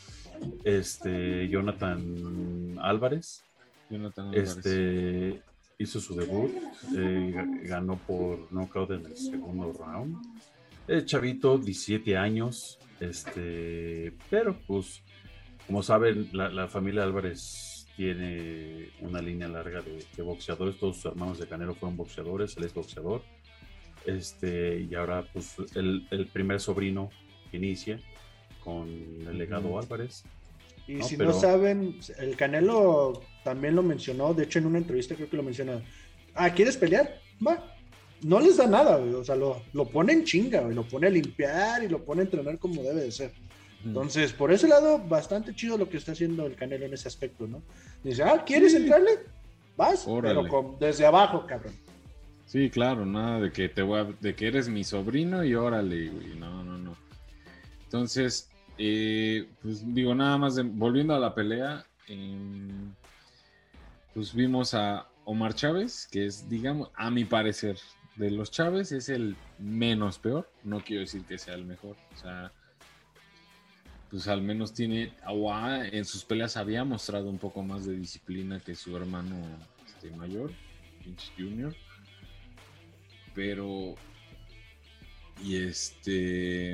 Este, Jonathan Álvarez. Jonathan este hizo su debut, eh, ganó por knockout en el segundo round. El chavito, diecisiete años, este, pero pues, como saben, la, la familia Álvarez tiene una línea larga de, de boxeadores. Todos sus hermanos de Canelo fueron boxeadores, él es boxeador. Este, y ahora, pues, el, el primer sobrino que inicia con el legado uh-huh. Álvarez. Y no, si pero... no saben, el Canelo también lo mencionó, de hecho en una entrevista creo que lo menciona. Ah, ¿quieres pelear? Va. No les da nada, güey. O sea, lo, lo pone en chinga, güey. Lo pone a limpiar y lo pone a entrenar como debe de ser. Entonces, por ese lado, bastante chido lo que está haciendo el Canelo en ese aspecto, ¿no? Dice, ah, ¿quieres sí. entrarle? Vas, Órale. pero con, desde abajo, cabrón. Sí, claro, nada de que te voy a, de que eres mi sobrino y órale, güey. No, no, no. Entonces, eh, pues digo, nada más de, volviendo a la pelea, eh, pues vimos a Omar Chávez, que es, digamos, a mi parecer, de los Chávez es el menos peor. No quiero decir que sea el mejor, o sea, pues al menos tiene, o a, en sus peleas había mostrado un poco más de disciplina que su hermano este, mayor, Vince Junior Pero, y este...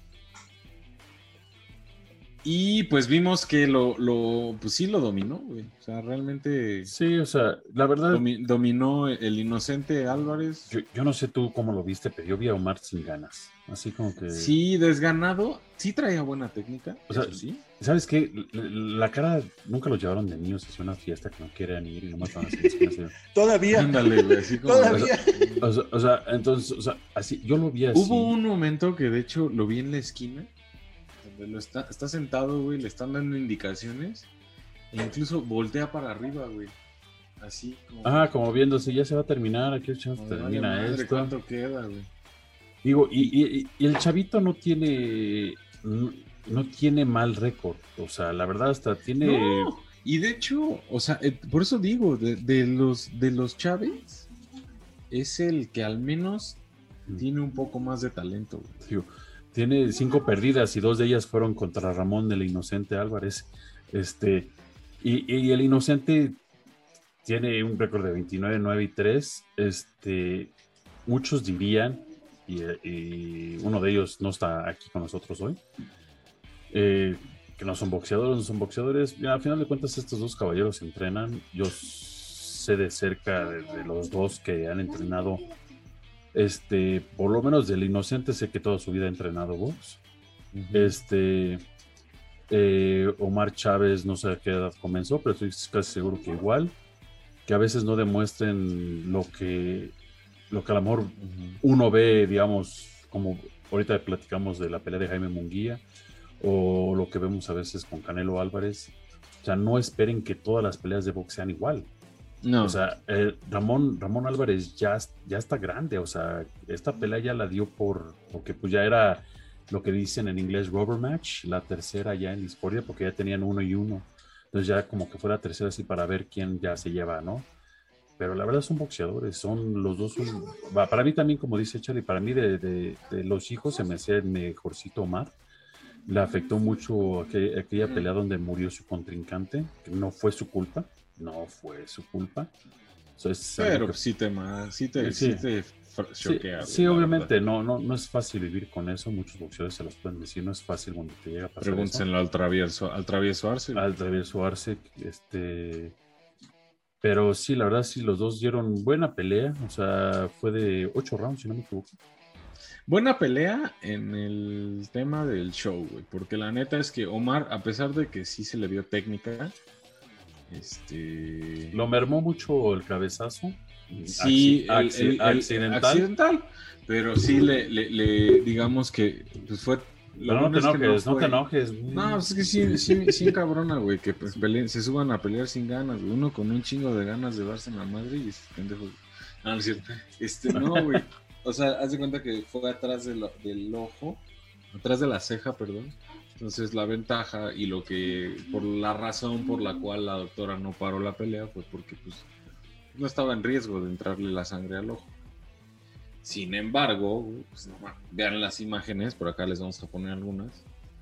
Y pues vimos que lo, lo pues sí lo dominó, güey. O sea, realmente... Sí, o sea, la verdad... Domi dominó el inocente Álvarez. Yo, yo no sé tú cómo lo viste, pero yo vi a Omar sin ganas. Así como que... Sí, desganado. Sí traía buena técnica. O sea, sí. ¿Sabes qué? La, la cara... Nunca los llevaron de niños a una fiesta que no querían ir y nomás van a hacer... Todavía. Ándale, güey. Así como... Todavía. O sea, o sea, entonces, o sea, así... Yo lo vi así. Hubo un momento que de hecho lo vi en la esquina. Lo está, está sentado, güey, le están dando indicaciones e incluso voltea para arriba, güey. Así como... Ah, como viendo si ya se va a terminar, aquí el chance termina madre, esto. ¿Cuánto queda, güey? Digo, y, y, y el chavito no tiene no, no tiene mal récord, o sea, la verdad hasta tiene... No. Y de hecho, o sea, eh, por eso digo, de, de los de los Chávez es el que al menos mm. tiene un poco más de talento, güey. Digo, tiene cinco perdidas y dos de ellas fueron contra Ramón el Inocente Álvarez. Este, y, y el Inocente tiene un récord de veintinueve, nueve y tres. Este, muchos dirían, y, y uno de ellos no está aquí con nosotros hoy, eh, que no son boxeadores, no son boxeadores. Y al final de cuentas, estos dos caballeros entrenan. Yo sé de cerca de, de los dos que han entrenado. Este, por lo menos del Inocente sé que toda su vida ha entrenado box. Uh-huh. Este, Eh, Omar Chávez, no sé a qué edad comenzó, pero estoy casi seguro que igual. Que a veces no demuestren lo que, lo que a lo mejor uno ve, digamos, como ahorita platicamos de la pelea de Jaime Munguía, o lo que vemos a veces con Canelo Álvarez. O sea, no esperen que todas las peleas de box sean igual. No. O sea, eh, Ramón, Ramón Álvarez ya, ya está grande. O sea, esta pelea ya la dio por, porque pues ya era lo que dicen en inglés rubber match, la tercera ya en Discordia, porque ya tenían uno y uno. Entonces ya como que fue la tercera así para ver quién ya se lleva, ¿no? Pero la verdad son boxeadores, son los dos. Son, para mí también, como dice Charlie, para mí de, de, de los hijos se me hacía el mejorcito Omar. Le afectó mucho aquella, aquella pelea donde murió su contrincante, que no fue su culpa, no fue su culpa. Entonces, pero que, sí te, sí te, sí. Sí te choquea. Sí, sí obviamente, no, no, no es fácil vivir con eso, muchos boxeadores se los pueden decir, no es fácil cuando te llega a pasar. Pregúnsenlo al travieso, al travieso Arce. Al travieso Arce, este... Pero sí, la verdad, sí, los dos dieron buena pelea. O sea, fue de ocho rounds, si no me equivoco. Buena pelea en el tema del show, güey. Porque la neta es que Omar, a pesar de que sí se le vio técnica, este... Lo mermó mucho el cabezazo. Sí, Acci el, el, el, accidental. accidental. Pero sí le, le, le digamos que pues fue... Pero no te enojes, no, no te enojes. No, pues es que sí, sí, sí cabrona, güey, que pues peleen, se suban a pelear sin ganas, güey. Uno con un chingo de ganas de darse en la madre y es pendejo. No, no es cierto. Este, no, güey. O sea, haz de cuenta que fue atrás de lo, del ojo, atrás de la ceja, perdón. Entonces la ventaja y lo que, por la razón por la cual la doctora no paró la pelea fue porque pues no estaba en riesgo de entrarle la sangre al ojo. Sin embargo, pues, no, vean las imágenes, por acá les vamos a poner algunas.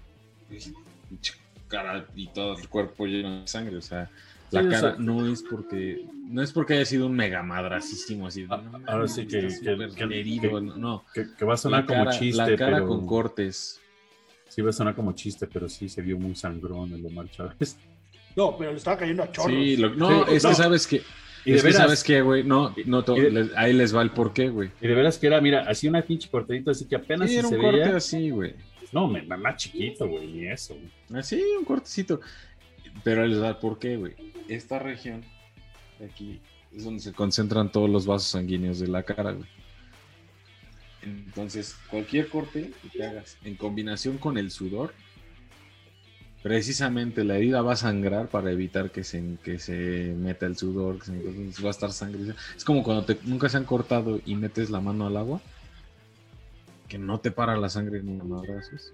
Cara y todo el cuerpo lleno de sangre, o sea, la sí, cara o sea, no es porque no es porque haya sido un mega madrasísimo así. A, no, ahora sí que, que, que, herido, que, no, que, que va a sonar cara, como chiste, la cara pero con cortes. Sí va a sonar como chiste, pero sí se vio muy sangrón el Omar Chávez. No, pero le estaba cayendo a chorros. Sí, lo, no, sí, es no. que sabes que Y es de que veras, sabes qué, güey, no, no to, de, les, ahí les va el porqué, güey. Y de veras que era, mira, así una pinche cortadita, así que apenas sí, si era se un corte veía. así, güey. No, me, más chiquito, güey, ni eso. Así, un cortecito. Pero ahí les va el porqué, güey. Esta región de aquí es donde se concentran todos los vasos sanguíneos de la cara, güey. Entonces, cualquier corte que te hagas en combinación con el sudor, precisamente la herida va a sangrar para evitar que se, que se meta el sudor, que se, entonces va a estar sangre. Es como cuando te, nunca se han cortado y metes la mano al agua, que no te para la sangre ni madrazos.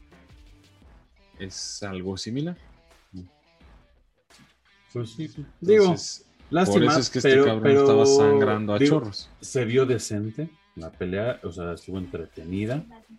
Es algo similar. Pues sí, sí. Entonces, digo, lástima, por eso es que este pero, cabrón pero, estaba sangrando a digo, chorros. Se vio decente la pelea, o sea, estuvo entretenida.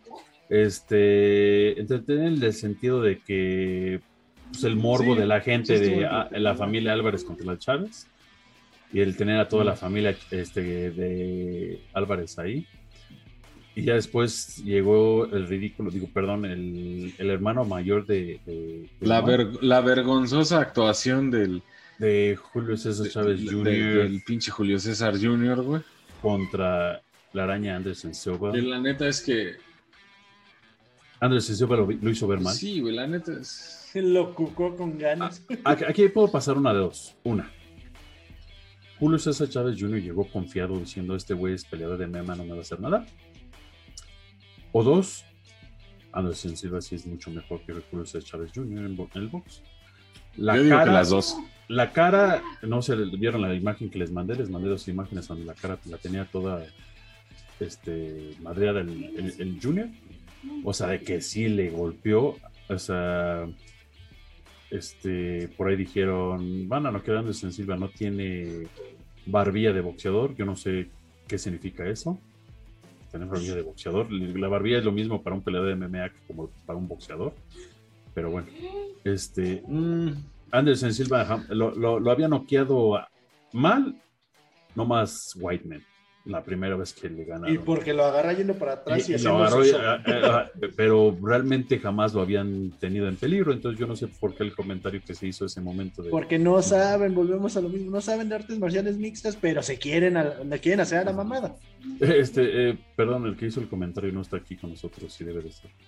Este, entretener en el sentido de que pues, el morbo sí, de la gente sí, de a, la familia Álvarez contra la Chávez y el tener a toda la familia este, de Álvarez ahí. Y ya después llegó el ridículo, digo, perdón, el, el hermano mayor de... de, de la, ver, la vergonzosa actuación del... De Julio César Chávez de, junior De, del pinche Julio César junior, güey. Contra la araña Anderson Silva. Y la neta es que... Anderson Silva lo, lo hizo ver mal. Sí, güey, la neta es... Se lo cucó con ganas. Aquí, aquí puedo pasar una de dos. Una. Julio César Chávez junior llegó confiado diciendo, este güey es peleador de M M A, no me va a hacer nada. O dos, Anderson Silva sí es mucho mejor que Julio César Chávez junior en, en el box. La Yo digo cara, que las dos. La cara, no se vieron la imagen que les mandé, les mandé dos imágenes donde la cara la tenía toda este, madreada el, el, el junior. O sea, de que sí le golpeó. O sea, este, por ahí dijeron, van a no quedar Anderson Silva, no tiene barbilla de boxeador. Yo no sé qué significa eso. Tener barbilla de boxeador. La barbilla es lo mismo para un peleador de M M A que como para un boxeador. Pero bueno, este mmm, Anderson Silva lo, lo, lo había noqueado mal, no más Whiteman, la primera vez que le ganaron. Y porque lo agarra yendo para atrás y, y, y lo agarró, a, a, a, pero realmente jamás lo habían tenido en peligro, entonces yo no sé por qué el comentario que se hizo ese momento. De... Porque no saben, volvemos a lo mismo, no saben de artes marciales mixtas, pero se quieren, a, le quieren hacer a la mamada. Este, eh, perdón, el que hizo el comentario no está aquí con nosotros, sí debe de estar.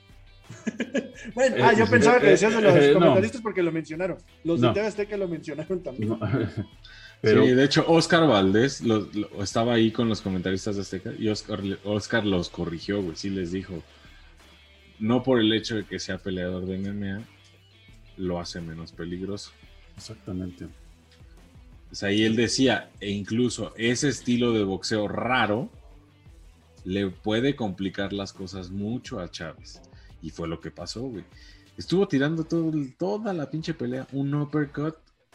Bueno, ah, yo Eh, pensaba que eh, decías de los eh, no. comentaristas porque lo mencionaron. Los de No. T V Azteca lo mencionaron también. No, pero Sí, de hecho, Oscar Valdés lo- lo- estaba ahí con los comentaristas de Azteca y Oscar, Oscar los corrigió, güey. Sí les dijo, no por el hecho de que sea peleador de M M A, lo hace menos peligroso. exactamente. O sea, y él decía, e incluso ese estilo de boxeo raro le puede complicar las cosas mucho a Chávez. Y fue lo que pasó, güey. Estuvo tirando todo, el- toda la pinche pelea, un uppercut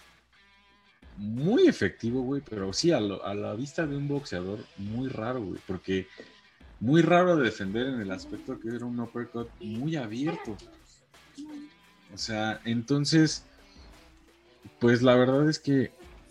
muy efectivo, güey, pero sí, a, lo- a la vista de un boxeador, muy raro, güey, porque muy raro de defender en el aspecto que era un uppercut muy abierto. O sea, entonces, pues la verdad es que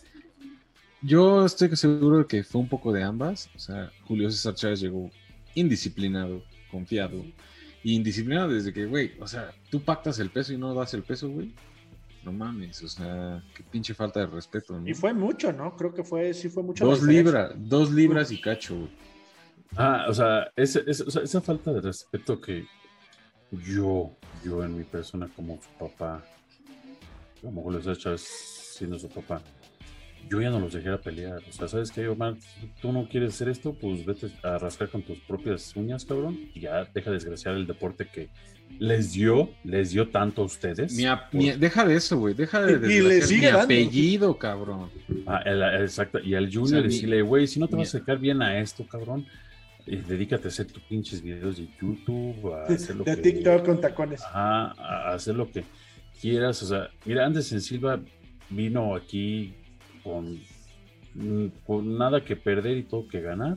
yo estoy seguro de que fue un poco de ambas. O sea, Julio César Chávez llegó indisciplinado, confiado, y indisciplinado desde que, güey, o sea, tú pactas el peso y no das el peso, güey. No mames, o sea, qué pinche falta de respeto, ¿no? Y fue mucho, ¿no? Creo que fue, sí fue mucho. Dos la diferencia. libras, dos libras y cacho, güey. Ah, o sea, ese, ese- o sea, esa falta de respeto que yo, yo en mi persona como su papá, como Julio César Chávez siendo su papá, yo ya no los dejé a pelear. O sea, ¿sabes qué, Omar? Tú no quieres hacer esto, pues vete a rascar con tus propias uñas, cabrón, y ya deja de desgraciar el deporte que les dio, les dio tanto a ustedes. Mi ap- Por- mi- deja de eso, güey. Deja de Y- y le desgraciar sigue mi dando. apellido, cabrón. Ah, el- exacto, y al Junior O sea, mi- decirle, güey, si no te mi- vas a sacar bien a esto, cabrón, eh, dedícate a hacer tus pinches videos de YouTube, a hacer lo De que... TikTok con tacones. Ajá, a hacer lo que quieras. O sea, mira, Anderson Silva vino aquí con, mm, con nada que perder y todo que ganar.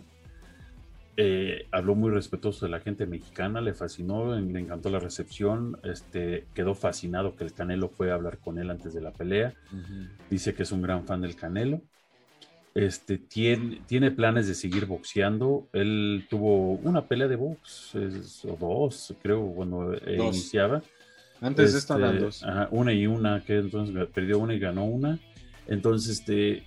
Eh, habló muy respetuoso de la gente mexicana, le fascinó, le encantó la recepción, este, quedó fascinado que el Canelo fue a hablar con él antes de la pelea. Ujú. Dice que es un gran fan del Canelo. Este, tiene, tiene planes de seguir boxeando. Él tuvo una pelea de box, es- o dos, creo, cuando eh, Dos. iniciaba. Antes de esta Este, eran dos. ajá, una y una, que entonces ga- perdió una y ganó una. Entonces, este,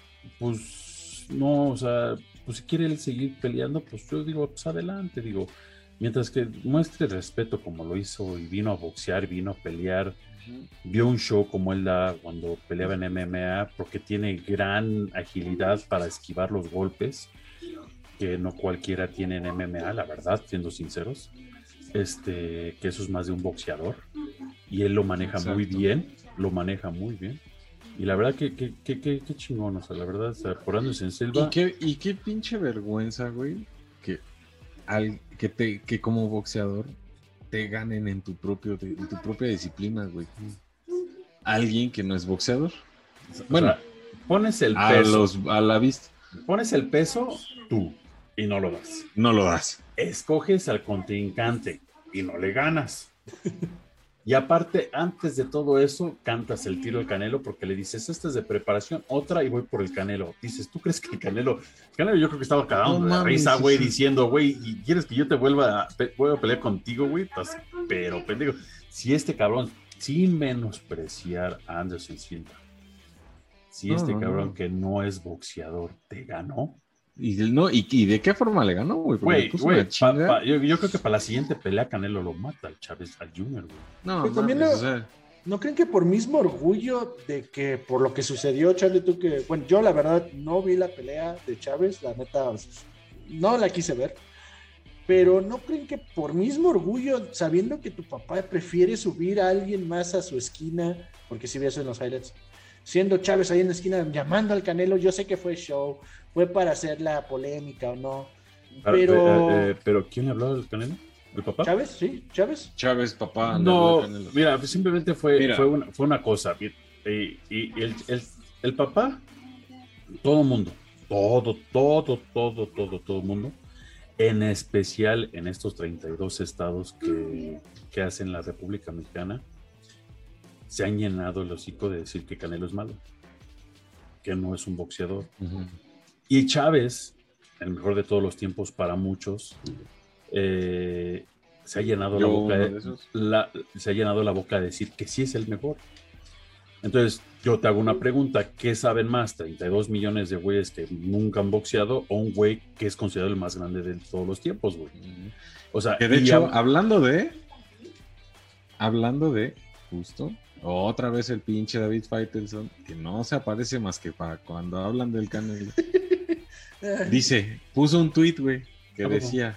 pues, no, o sea, pues si quiere él seguir peleando, pues yo digo, pues adelante, digo, mientras que muestre respeto como lo hizo y vino a boxear, vino a pelear, vio un show como él da cuando peleaba en M M A, porque tiene gran agilidad para esquivar los golpes, que no cualquiera tiene en M M A, la verdad, siendo sinceros. Este, que eso es más de un boxeador, y él lo maneja muy Exacto. bien, lo maneja muy bien, y la verdad que, que, que, que, que chingón, o sea, la verdad, o sea, por Anderson Silva, Y qué, y qué pinche vergüenza, güey, que, al, que, te, que como boxeador te ganen en tu, propio, en tu propia disciplina, güey. Alguien que no es boxeador. o Bueno, sea, pones el a, peso, los, a la vista pones el peso tú, y no lo das. no lo das. Escoges al contrincante y no le ganas. Y aparte, antes de todo eso, cantas el tiro al Canelo porque le dices, esta es de preparación, otra y voy por el Canelo. Dices, ¿tú crees que el Canelo, el Canelo yo creo que estaba cagando No de mames, risa, sí, güey, sí. diciendo, güey, ¿y quieres que yo te vuelva a, pe- vuelva a pelear contigo, güey? Estás, pero pendejo. Si este cabrón, sin menospreciar a Anderson Silva, si No, este no, cabrón no. que no es boxeador te ganó, Y, no, y, y de qué forma le ganó, güey. Porque le güey, puso güey, una chinga. pa- pa- yo, yo creo que para la siguiente pelea Canelo lo mata al Chávez, al Junior, güey. No, Pero también mames, lo- o sea, ¿No creen que por mismo orgullo de que por lo que sucedió, Charlie, tú que, bueno, yo la verdad no vi la pelea de Chávez, la neta, no la quise ver, pero ¿no creen que por mismo orgullo, sabiendo que tu papá prefiere subir a alguien más a su esquina, porque si vi eso en los highlights, siendo Chávez ahí en la esquina llamando al Canelo, yo sé que fue show, fue para hacer la polémica o no, Ah, pero eh, eh, pero ¿quién le habló del Canelo? ¿El papá? Chávez, sí, Chávez. Chávez, papá. le No, habló al Canelo. mira, pues simplemente fue, Mira. fue, una, fue una cosa. Y, y- y el, el- el papá, todo mundo, todo, todo, todo, todo, todo mundo, en especial en estos treinta y dos estados que, que hacen la República Mexicana, se han llenado el hocico de decir que Canelo es malo, que no es un boxeador. Ujú. Y Chávez, el mejor de todos los tiempos para muchos, eh, se ha llenado la Yo boca uno de, de esos. la- se ha llenado la boca de decir que sí es el mejor. Entonces, yo te hago una pregunta: ¿qué saben más? ¿treinta y dos millones de güeyes que nunca han boxeado o un güey que es considerado el más grande de todos los tiempos, güey? O sea, Que de y hecho, hab- hablando de, hablando de, justo, otra vez el pinche David Faitelson, que no se aparece más que para cuando hablan del Canelo. Dice, puso un tweet, güey, que decía...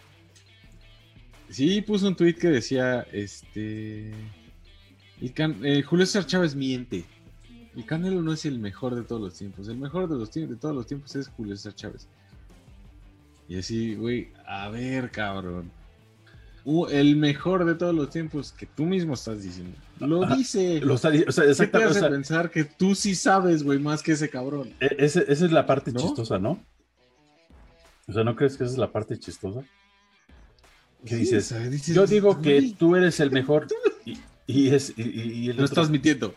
Sí, puso un tweet que decía, este... El Can... eh, Julio César Chávez miente. El Canelo no es el mejor de todos los tiempos. El mejor de, los tie- de todos los tiempos es Julio César Chávez. Y así, güey, a ver, cabrón. Uh, el mejor de todos los tiempos que tú mismo estás diciendo. Lo Ajá. dice. Lo está, o sea, ¿Qué te exactamente. hace O sea, pensar que tú sí sabes, güey, más que ese cabrón? e- ese- esa es la parte ¿No? chistosa, ¿no? O sea, ¿no crees que esa es la parte chistosa? ¿Qué Sí, dices? o sea, dices, Yo digo que güey, tú eres el mejor y, y es y, y- y el lo otro, estás mintiendo.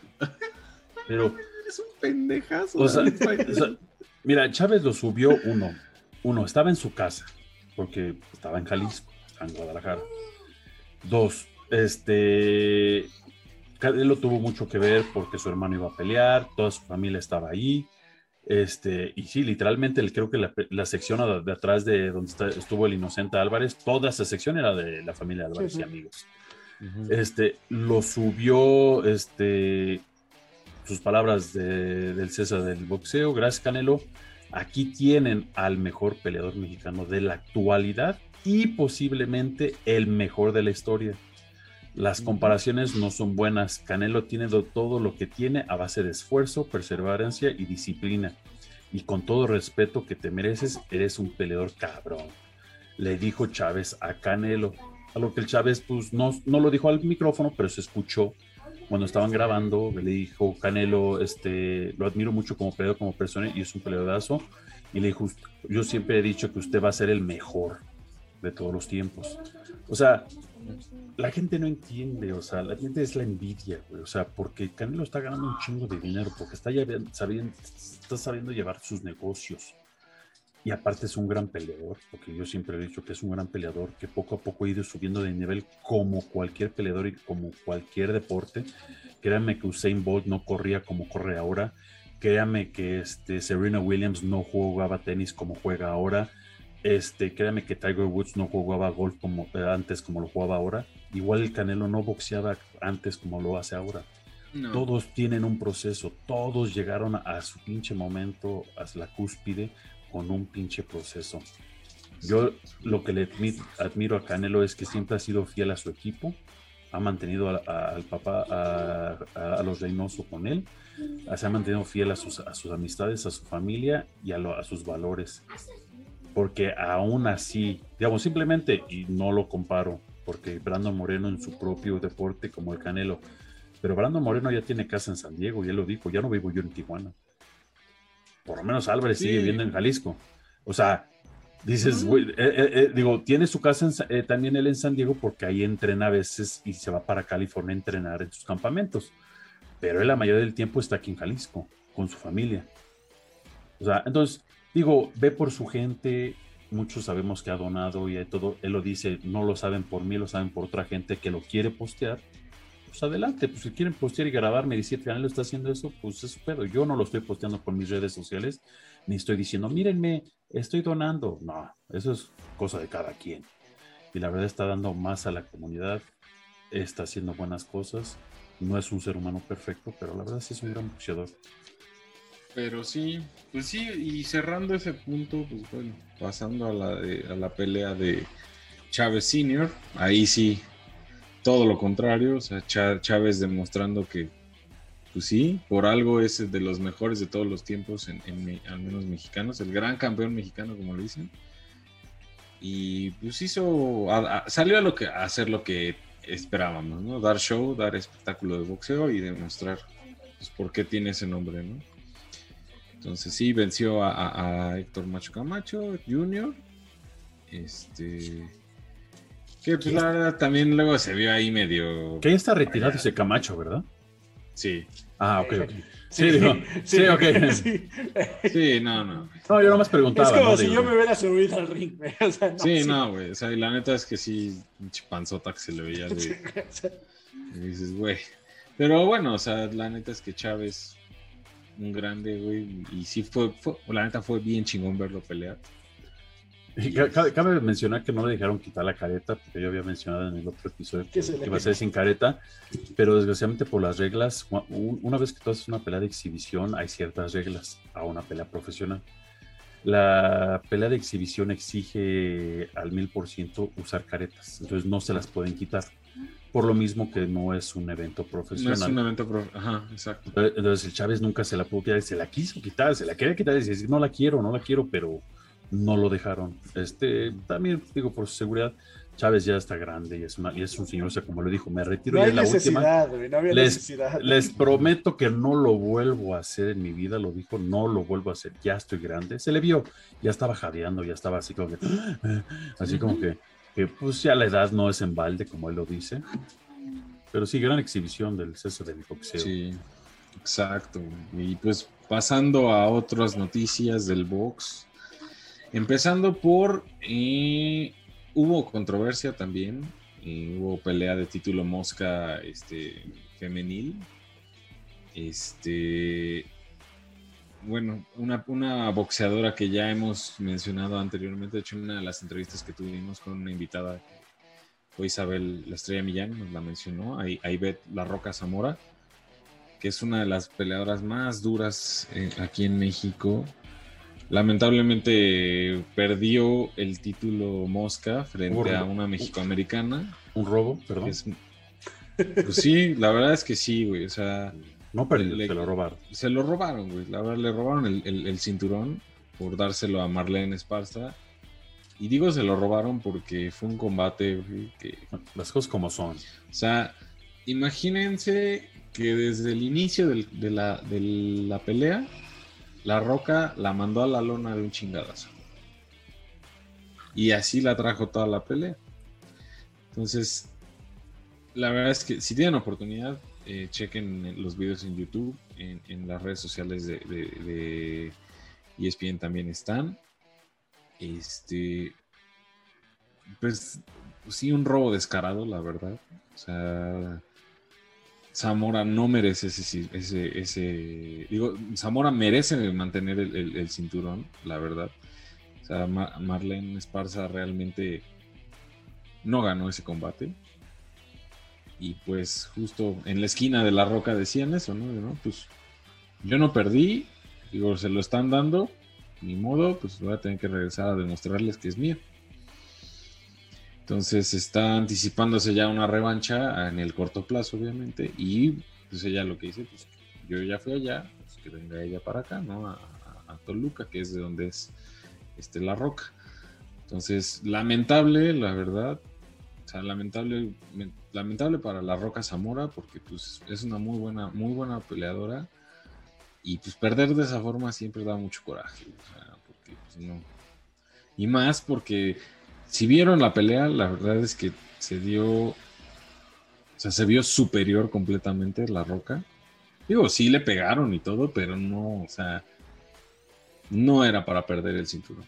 pero Eres un pendejazo. o sea, David Faitelson. o sea, mira, Chávez lo subió uno. Uno, estaba en su casa, porque estaba en Jalisco, estaba en Guadalajara. Dos, este, Canelo tuvo mucho que ver porque su hermano iba a pelear, toda su familia estaba ahí. Este, y sí, literalmente el- creo que la, la sección de, de atrás de donde está- estuvo el inocente Álvarez, toda esa sección era de la familia Álvarez Sí, sí. y amigos. Ujú. Este, lo subió, este, sus palabras de- del César del boxeo. Gracias, Canelo. Aquí tienen al mejor peleador mexicano de la actualidad y posiblemente el mejor de la historia. Las comparaciones no son buenas. Canelo tiene do- todo lo que tiene a base de esfuerzo, perseverancia y disciplina. Y con todo respeto que te mereces, eres un peleador cabrón. Le dijo Chávez a Canelo. A lo que el Chávez pues, no, no lo dijo al micrófono, pero se escuchó cuando estaban grabando. Le dijo Canelo, este, lo admiro mucho como peleador, como persona, y es un peleadorazo. Y le dijo, yo siempre he dicho que usted va a ser el mejor de todos los tiempos. O sea, la gente no entiende, o sea, la gente es la envidia, güey, o sea, porque Canelo está ganando un chingo de dinero, porque está, ya sabiendo, está sabiendo llevar sus negocios. Y aparte es un gran peleador, porque yo siempre he dicho que es un gran peleador, que poco a poco ha ido subiendo de nivel como cualquier peleador y como cualquier deporte. Créanme que Usain Bolt no corría como corre ahora. Créanme que este, Serena Williams no jugaba tenis como juega ahora. Este, créanme que Tiger Woods no jugaba golf como, eh, antes como lo jugaba ahora. Igual el Canelo no boxeaba antes como lo hace ahora. No. Todos tienen un proceso, todos llegaron a su pinche momento, a la cúspide, con un pinche proceso. Yo lo que le admit, admiro a Canelo es que siempre ha sido fiel a su equipo, ha mantenido a, a, al papá, a, a, a los Reynoso con él, se ha mantenido fiel a sus, a sus amistades, a su familia y a, lo, a sus valores. Porque aún así, digamos, simplemente, y no lo comparo, porque Brandon Moreno en su propio deporte como el Canelo, pero Brandon Moreno ya tiene casa en San Diego, ya lo dijo, ya no vivo yo en Tijuana. Por lo menos Álvarez sí. sigue viviendo en Jalisco. O sea, dices, güey, eh, eh, eh, digo, tiene su casa en, eh, también él en San Diego porque ahí entrena a veces y se va para California a entrenar en sus campamentos. Pero él la mayoría del tiempo está aquí en Jalisco, con su familia. O sea, entonces, digo, ve por su gente, muchos sabemos que ha donado y todo, él lo dice, no lo saben por mí, lo saben por otra gente que lo quiere postear. Pues adelante, pues si quieren postear y grabarme y decir que Canelo está haciendo eso, pues es su pedo. Yo no lo estoy posteando por mis redes sociales, ni estoy diciendo, mírenme, estoy donando. No, eso es cosa de cada quien. Y la verdad está dando más a la comunidad, está haciendo buenas cosas. No es un ser humano perfecto, pero la verdad sí es un gran boxeador. Pero sí, pues sí, y cerrando ese punto, pues bueno, pasando a la, de, a la pelea de Chávez senior, ahí sí, todo lo contrario, o sea, Chávez demostrando que, pues sí, por algo es de los mejores de todos los tiempos, en, en, al menos mexicanos, el gran campeón mexicano, como lo dicen, y pues hizo, a, a, salió a, lo que, a hacer lo que esperábamos, ¿no? Dar show, dar espectáculo de boxeo y demostrar pues, por qué tiene ese nombre, ¿no? Entonces sí, venció a, a, a Héctor Macho Camacho junior Este... Que pues la verdad también luego se vio ahí medio... Que ya está retirado ese Camacho, ¿verdad? Sí. Ah, ok, ok. Sí, sí, digo, sí, sí, ok. Sí. Sí, no, no. No, yo nomás preguntaba. Es como ¿no? si digo, yo me hubiera subido al ring, güey. O sea, no, sí, sí, no, güey. O sea, y la neta es que sí, panzota que se le veía de... Sí, o sea, y dices, güey. Pero bueno, o sea, la neta es que Chávez, un grande, güey. Y sí fue, fue, la neta fue bien chingón verlo pelear. Y cabe, cabe mencionar que no le dejaron quitar la careta, porque yo había mencionado en el otro episodio que, que iba a ser sin careta, pero desgraciadamente por las reglas, una vez que tú haces una pelea de exhibición, hay ciertas reglas a una pelea profesional. La pelea de exhibición exige al mil por ciento usar caretas, entonces no se las pueden quitar. Por lo mismo que no es un evento profesional. No es un evento profesional, ajá, exacto. Entonces el Chávez nunca se la pudo quitar, se la quiso quitar, se la quería quitar y decía, no la quiero, no la quiero, pero no lo dejaron. Este, también digo, por su seguridad, Chávez ya está grande y es, una, y es un señor, o sea, como le dijo, me retiro no ya hay en la necesidad, última. Güey, no había les, necesidad. Les prometo que no lo vuelvo a hacer en mi vida, lo dijo, no lo vuelvo a hacer, ya estoy grande. Se le vio, ya estaba jadeando, ya estaba así como que, así uh-huh. como que, que, pues ya la edad no es en balde, como él lo dice. Pero sí, gran exhibición del César del boxeo. Sí, exacto. Y pues pasando a otras noticias del box, empezando por, eh, hubo controversia también, eh, hubo pelea de título mosca este, femenil. Este, bueno, una, una boxeadora que ya hemos mencionado anteriormente, de hecho en una de las entrevistas que tuvimos con una invitada, fue Isabel La Estrella Millán, nos la mencionó, ahí, ahí ve La Roca Zamora, que es una de las peleadoras más duras eh, aquí en México. Lamentablemente perdió el título mosca frente a una mexicoamericana. ¿Un robo? Perdón. Es, pues sí, la verdad es que sí, güey, o sea... No perdió, le, se lo robaron. Se lo robaron, güey, la verdad le robaron el, el, el cinturón por dárselo a Marlene Esparza. Y digo se lo robaron porque fue un combate que... Las cosas como son. O sea, imagínense que desde el inicio del, de, la, de la pelea, La Roca la mandó a la lona de un chingadazo. Y así la trajo toda la pelea. Entonces, la verdad es que si tienen oportunidad, eh, chequen los videos en YouTube, en, en las redes sociales de, de, de E S P N también están. Este, pues sí, un robo descarado, la verdad. O sea, Zamora no merece ese, ese, ese digo, Zamora merece mantener el, el, el cinturón, la verdad. O sea, Ma- Marlene Esparza realmente no ganó ese combate. Y pues justo en la esquina de La Roca decían eso, ¿no? ¿no? Pues yo no perdí, digo, se lo están dando. Ni modo, pues voy a tener que regresar a demostrarles que es mío. Entonces está anticipándose ya una revancha en el corto plazo, obviamente. Y pues ella lo que dice, pues yo ya fui allá, pues que venga ella para acá, ¿no? A, a, a Toluca, que es de donde es este, La Roca. Entonces, lamentable, la verdad. O sea, lamentable, lamentable para La Roca Zamora, porque pues es una muy buena, muy buena peleadora. Y pues perder de esa forma siempre da mucho coraje, o sea, porque pues no. Y más porque si vieron la pelea, la verdad es que se dio, o sea, se vio superior completamente La Roca. Digo, sí le pegaron y todo, pero no, o sea, no era para perder el cinturón.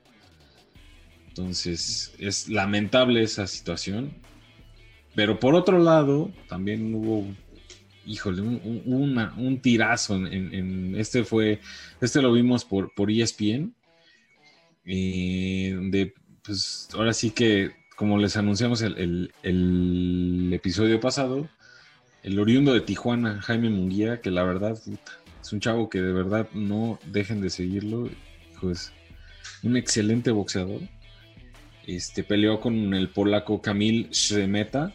Entonces, es lamentable esa situación. Pero por otro lado, también hubo... Híjole, un, un, una, un tirazo en, en, en este fue, este lo vimos por, por E S P N, eh, donde pues ahora sí que como les anunciamos el, el, el episodio pasado, el oriundo de Tijuana, Jaime Munguía, que la verdad puta, es un chavo que de verdad no dejen de seguirlo, hijo, es un excelente boxeador. Este peleó con el polaco Kamil Szremeta,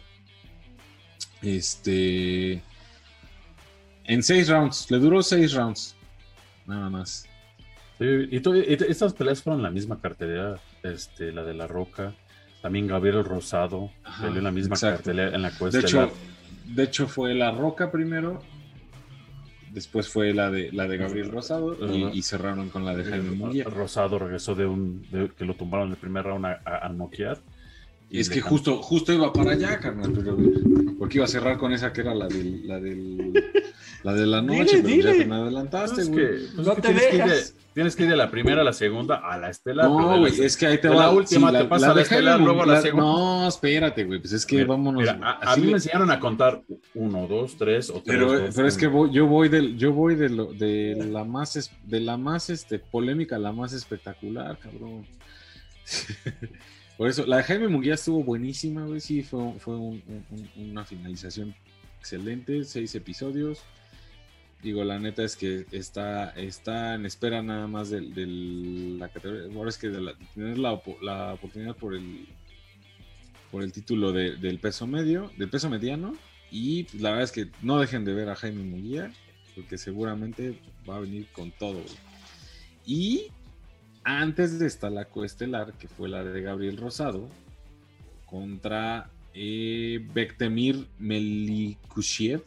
este en seis rounds, le duró seis rounds, nada más. Sí, y, tú, y estas peleas fueron la misma cartelera, este, la de La Roca, también Gabriel Rosado, Ajá, peleó en la misma exacto. cartelera en la cuesta. De hecho, de hecho fue La Roca primero, después fue la de la de Gabriel Rosado uh-huh. y, y cerraron con la de Jaime Munguía. Rosado regresó de un de, que lo tumbaron en el primer round a, a, a noquear. Y es que justo, justo iba para allá, carnal, pero porque iba a cerrar con esa que era la del, la del, la de la noche, dile, pero dile. ya te me adelantaste, güey. Pues es que, pues no es que te tienes, que ir dejas. de, tienes que ir de la primera a la segunda a la estelar. No, güey, es que ahí te de va. La última sí, te la, pasa la a la de estelar, Jaime, luego a la, la segunda. No, espérate, güey, pues es que mira, vámonos. Mira, a, a mí me enseñaron a contar uno, dos, tres o tres. Pero, dos, pero es uno. que voy, yo voy del, yo voy de lo, de la más, de la más este, polémica, la más espectacular, cabrón. Por eso, la de Jaime Munguía estuvo buenísima, güey. Sí, fue, fue un, un, una finalización excelente. Seis episodios. Digo, la neta es que está, está en espera nada más de, de la categoría. Ahora es que de la, tener la, la oportunidad por el por el título de, del peso medio, del peso mediano. Y pues, la verdad es que no dejen de ver a Jaime Munguía, porque seguramente va a venir con todo, güey. Y antes de esta la coestelar, que fue la de Gabriel Rosado, contra eh, Bektemir Melikushiev,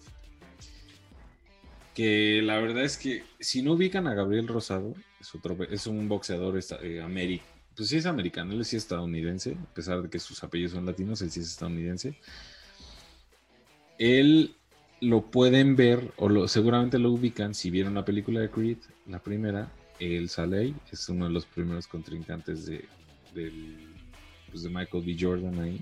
que la verdad es que si no ubican a Gabriel Rosado, es, otro, es un boxeador eh, americano, pues sí es americano, él sí es estadounidense, a pesar de que sus apellidos son latinos, él sí es estadounidense. Él lo pueden ver, o lo, seguramente lo ubican, si vieron la película de Creed, la primera, él sale ahí, es uno de los primeros contrincantes de, de, pues de Michael B. Jordan ahí.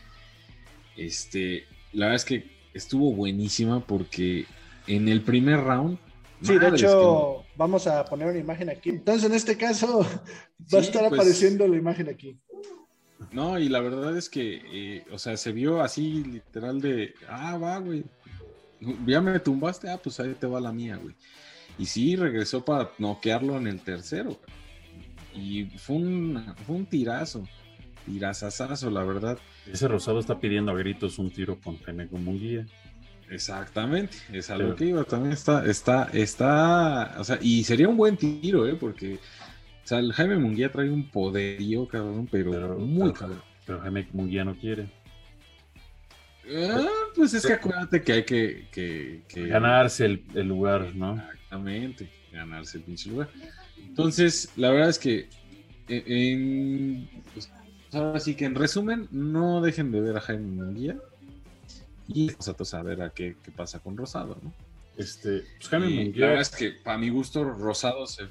Este, la verdad es que estuvo buenísima porque en el primer round... Sí, de hecho, que... vamos a poner una imagen aquí. Entonces, en este caso, va sí, a estar pues, apareciendo la imagen aquí. No, y la verdad es que, eh, o sea, se vio así literal de, ah, va, güey, ya me tumbaste, ah, pues ahí te va la mía, güey. Y sí, regresó para noquearlo en el tercero. Y fue un, fue un tirazo, tirazazazo, la verdad. Ese Rosado está pidiendo a gritos un tiro con Jaime Munguía. Exactamente, es a lo que iba, también está, está, está, o sea, y sería un buen tiro, ¿eh? Porque, o sea, el Jaime Munguía trae un poderío, cabrón, pero, pero muy pero, cabrón. Pero Jaime Munguía no quiere. Ah, pues es que acuérdate que hay que... que, que... ganarse el, el lugar, ¿no? Exactamente, ganarse el pinche lugar. Entonces, la verdad es que, en, pues, ahora sí que en resumen, no dejen de ver a Jaime Munguía. Y vamos a ver a qué, qué pasa con Rosado, ¿no? Este, pues Jaime y Munguía. La verdad es que, para mi gusto, Rosado se...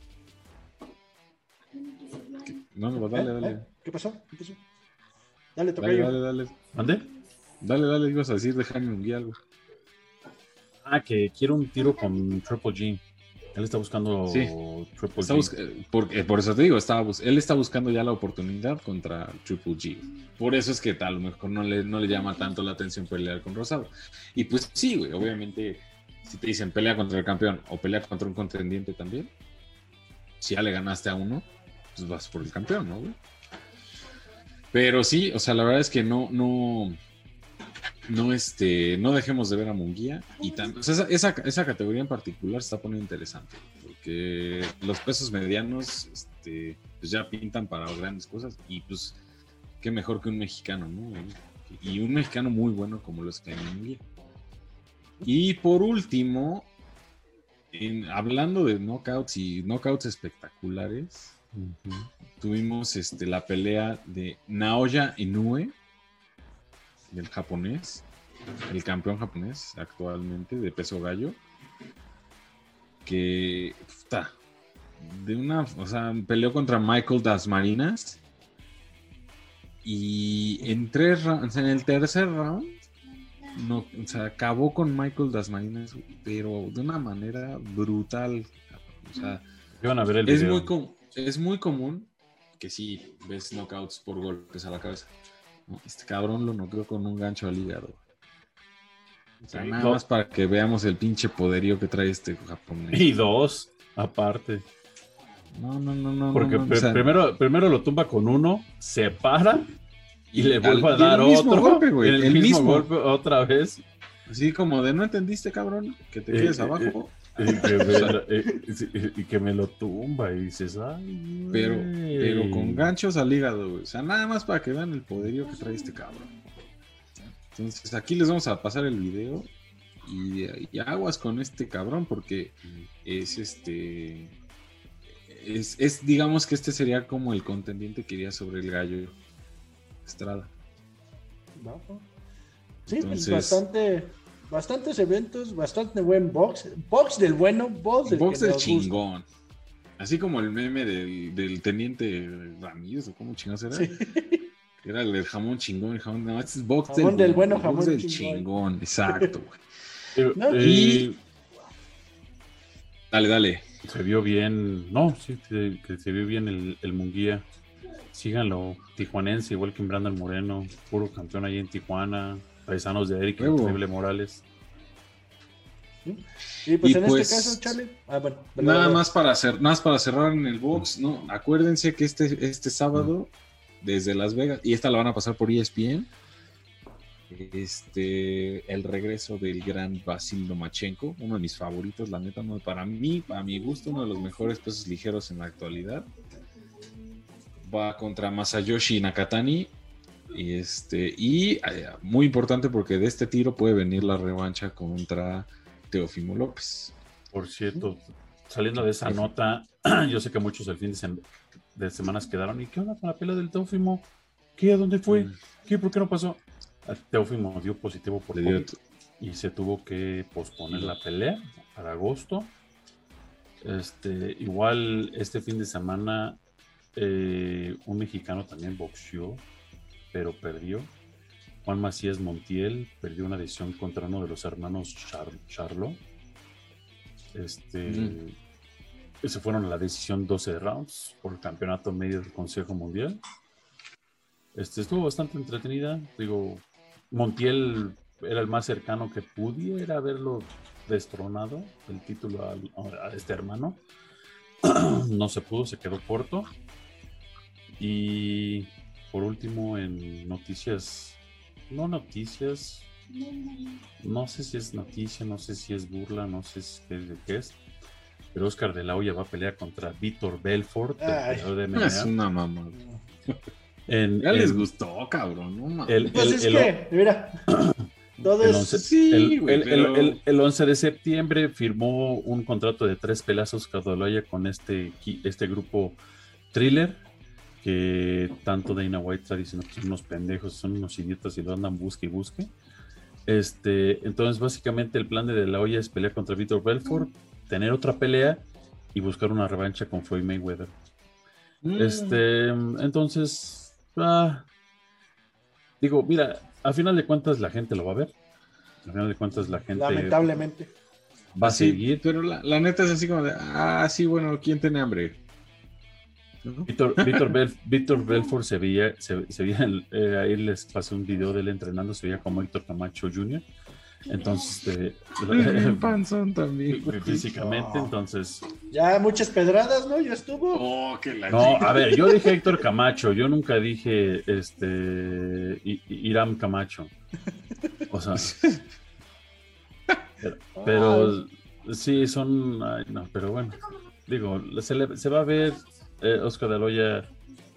No, no, dale, ¿Eh? dale. ¿Eh? ¿Qué pasó? ¿Qué pasó? Dale, toca dale, yo. dale, dale. ¿Dónde? Dale, dale, ibas a decir de Jaime Munguía algo. Ah, que quiere un tiro con Triple G. Él está buscando sí. Triple está G. Bus- por, eh, por eso te digo, estaba bus- él está buscando ya la oportunidad contra Triple G. Por eso es que tal, a lo mejor no le, no le llama tanto la atención pelear con Rosado. Y pues sí, güey, obviamente, si te dicen pelea contra el campeón o pelea contra un contendiente también, si ya le ganaste a uno, pues vas por el campeón, ¿no, güey? Pero sí, o sea, la verdad es que no, no, no, este, no dejemos de ver a Munguía. Y tan, o sea, esa, esa, esa categoría en particular se está poniendo interesante, porque los pesos medianos, este, pues ya pintan para grandes cosas. Y pues, qué mejor que un mexicano, ¿no? Y un mexicano muy bueno como lo es Jaime Munguía. Y por último, en, hablando de knockouts y knockouts espectaculares, uh-huh. tuvimos este, la pelea de Naoya Inoue, del japonés, el campeón japonés actualmente de peso gallo, que puta, de una, o sea, peleó contra Michael Dasmariñas y en tres rounds, en el tercer round, no, o sea, acabó con Michael Dasmariñas, pero de una manera brutal. O sea, van a ver el es video. muy com- es muy común que sí ves knockouts por golpes a la cabeza. No, este cabrón lo noqueó con un gancho al hígado. O sea, sí, nada no. más para que veamos el pinche poderío que trae este japonés. Y dos, aparte. No, no, no, no. Porque no, no pr- o sea, primero, primero lo tumba con uno, se para y, y le vuelve al, a dar el mismo otro. golpe, güey. El, el mismo, mismo golpe otra vez. Así como de no entendiste, cabrón, que te quedes eh, abajo. Eh, eh, que me lo, eh, y que me lo tumba y dices, ay, pero, pero con ganchos al hígado, güey. O sea, nada más para que vean el poderío que trae este cabrón. Entonces, aquí les vamos a pasar el video y, y aguas con este cabrón porque es este. Es, es, digamos que este sería como el contendiente que iría sobre el gallo Estrada. Sí, Entonces, pues bastante, bastantes eventos, bastante buen box, box del bueno, box del, box que del nos chingón. Gusta. Así como el meme del, del teniente Ramírez, o cómo chingados era. Sí. Era el del jamón chingón, el jamón, no, este es box jamón del, del bueno, box jamón del chingón. chingón, exacto, güey. No, y... y dale, dale. Se vio bien, no, sí, que, que se vio bien el, el Munguía. Síganlo, tijuanense, igual que en Brandon Moreno, puro campeón ahí en Tijuana, paisanos de Eric Huevo. Increíble Morales. Y pues Y en pues, este caso, Charlie. Ah, bueno, Nada perdón. más para hacer, nada más para cerrar en el box, ¿no? Acuérdense que este, este sábado, desde Las Vegas, y esta la van a pasar por E S P N, este, el regreso del gran Vasil Lomachenko, uno de mis favoritos, la neta, no, para mí, para mi gusto, uno de los mejores pesos ligeros en la actualidad. Va contra Masayoshi Nakatani. Y este, y eh, muy importante porque de este tiro puede venir la revancha contra Teófimo López. Por cierto, saliendo de esa nota, yo sé que muchos el fin de, sem- de semanas quedaron. ¿Y qué onda con la pelea del Teófimo? ¿Qué? ¿A dónde fue? Mm. ¿Qué? ¿Por qué no pasó? El Teófimo dio positivo por Le dio COVID y se tuvo que posponer la pelea para agosto. Este, igual este fin de semana eh, un mexicano también boxeó, pero perdió. Juan Macías Montiel perdió una decisión contra uno de los hermanos Char- Charlo. Este, Mm. se fueron a la decisión doce rounds por el campeonato medio del Consejo Mundial. Este, estuvo bastante entretenida. Digo, Montiel era el más cercano que pudiera haberlo destronado el título a, a este hermano. No se pudo, se quedó corto. Y por último, en noticias, no noticias, no sé si es noticia, no sé si es burla, no sé si es, qué es, pero Oscar de la Hoya va a pelear contra Víctor Belfort, el Ay, peleador de M M A. Es una mamá. En, Ya les en- gustó, cabrón. No mames. el, Pues el- es el- que, mira, todo el es. once, sí, el- güey, el- pero- el- el- el once de septiembre firmó un contrato de tres peleas Oscar de la Hoya con este, qui- este grupo Thriller, que tanto Dana White está diciendo que son unos pendejos, son unos idiotas y lo andan busque y busque. Este, entonces, básicamente, el plan de De La Hoya es pelear contra Víctor Belfort, tener otra pelea y buscar una revancha con Floyd Mayweather. Mm. Este, entonces, ah, digo, mira, a final de cuentas la gente lo va a ver. A final de cuentas la gente Lamentablemente. va a Sí, seguir. pero la, la neta es así como de, ah, sí, bueno, ¿quién tiene hambre? ¿No? Víctor, Víctor, Bel- Víctor Belfort se veía, se, se veía eh, ahí les pasé un video de él entrenando, se veía como Héctor Camacho junior Entonces, este, El panzón también. físicamente, No. entonces, Ya muchas pedradas, ¿no? Ya estuvo. Oh, que la no, a ver, yo dije Héctor Camacho, yo nunca dije este I- I- Iram Camacho. O sea, pero, pero sí, son, ay, no, pero bueno, digo, se, le- se va a ver eh, Oscar de la Hoya,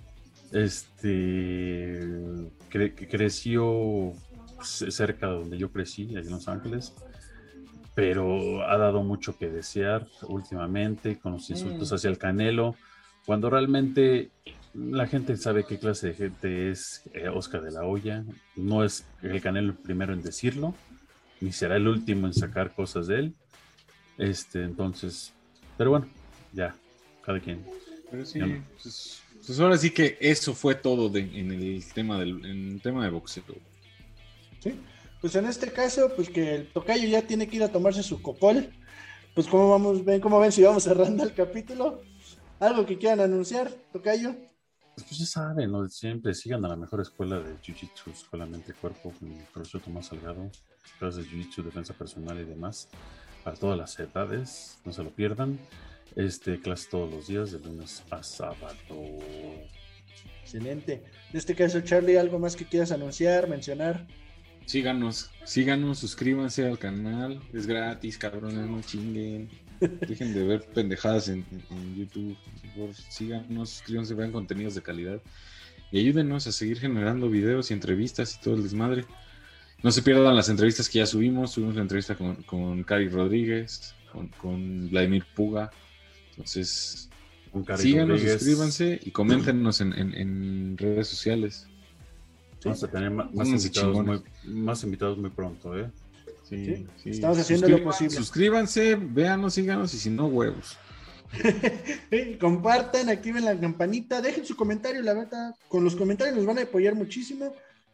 este, cre- que creció c- cerca de donde yo crecí, allá en Los Ángeles, pero ha dado mucho que desear últimamente con los insultos Mm. hacia el Canelo, cuando realmente la gente sabe qué clase de gente es eh, Oscar de la Hoya. No es el Canelo el primero en decirlo, ni será el último en sacar cosas de él. Este, entonces, pero bueno, ya, cada quien. Pero sí, Ya no. pues, pues ahora sí que eso fue todo de- en el tema del en el tema de boxeo. Sí. Pues en este caso, pues que el tocayo ya tiene que ir a tomarse su copol. Pues cómo vamos, ven, cómo ven si vamos cerrando el capítulo. ¿Algo que quieran anunciar, tocayo? Pues ya saben, ¿no? Siempre sigan a la mejor escuela de Jiu-Jitsu, Escuela Mente Cuerpo, con el profesor Tomás Salgado, clases de Jiu-Jitsu, defensa personal y demás, para todas las edades, no se lo pierdan. Este, clase todos los días, de lunes a sábado. Excelente. En este caso, Charlie, ¿algo más que quieras anunciar, mencionar? Síganos, síganos, suscríbanse al canal, es gratis, cabrones, no chinguen. Dejen de ver pendejadas en, en- en YouTube, por favor, síganos, suscríbanse, vean contenidos de calidad y ayúdenos a seguir generando videos y entrevistas y todo el desmadre. No se pierdan las entrevistas que ya subimos, subimos la entrevista con, con Cari Rodríguez, con, con Vladimir Puga, entonces Con Cari síganos, Rodríguez. suscríbanse y coméntenos en, en- en redes sociales. Vamos a tener ma- más, Pónganse invitados muy, chingones. más invitados muy pronto, ¿eh? Sí, sí. Estamos haciendo lo Suscriban- posible. Suscríbanse, véanos, síganos y si no, huevos. Sí, compartan, activen la campanita, dejen su comentario, la verdad, con los comentarios nos van a apoyar muchísimo.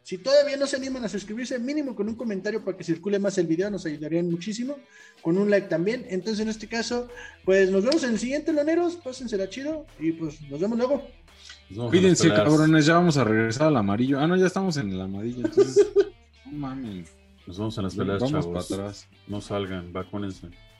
Si todavía no se animan a suscribirse, mínimo con un comentario para que circule más el video, nos ayudarían muchísimo. Con un like también. Entonces, en este caso, pues nos vemos en el siguiente, loneros. Pásensela chido y pues nos vemos luego. Nos Cuídense, cabrones, ya vamos a regresar al amarillo. Ah, no, ya estamos en el amarillo, entonces. No mames. Nos vemos en las peleas, Vamos chavos. para atrás. No salgan, vacúnense.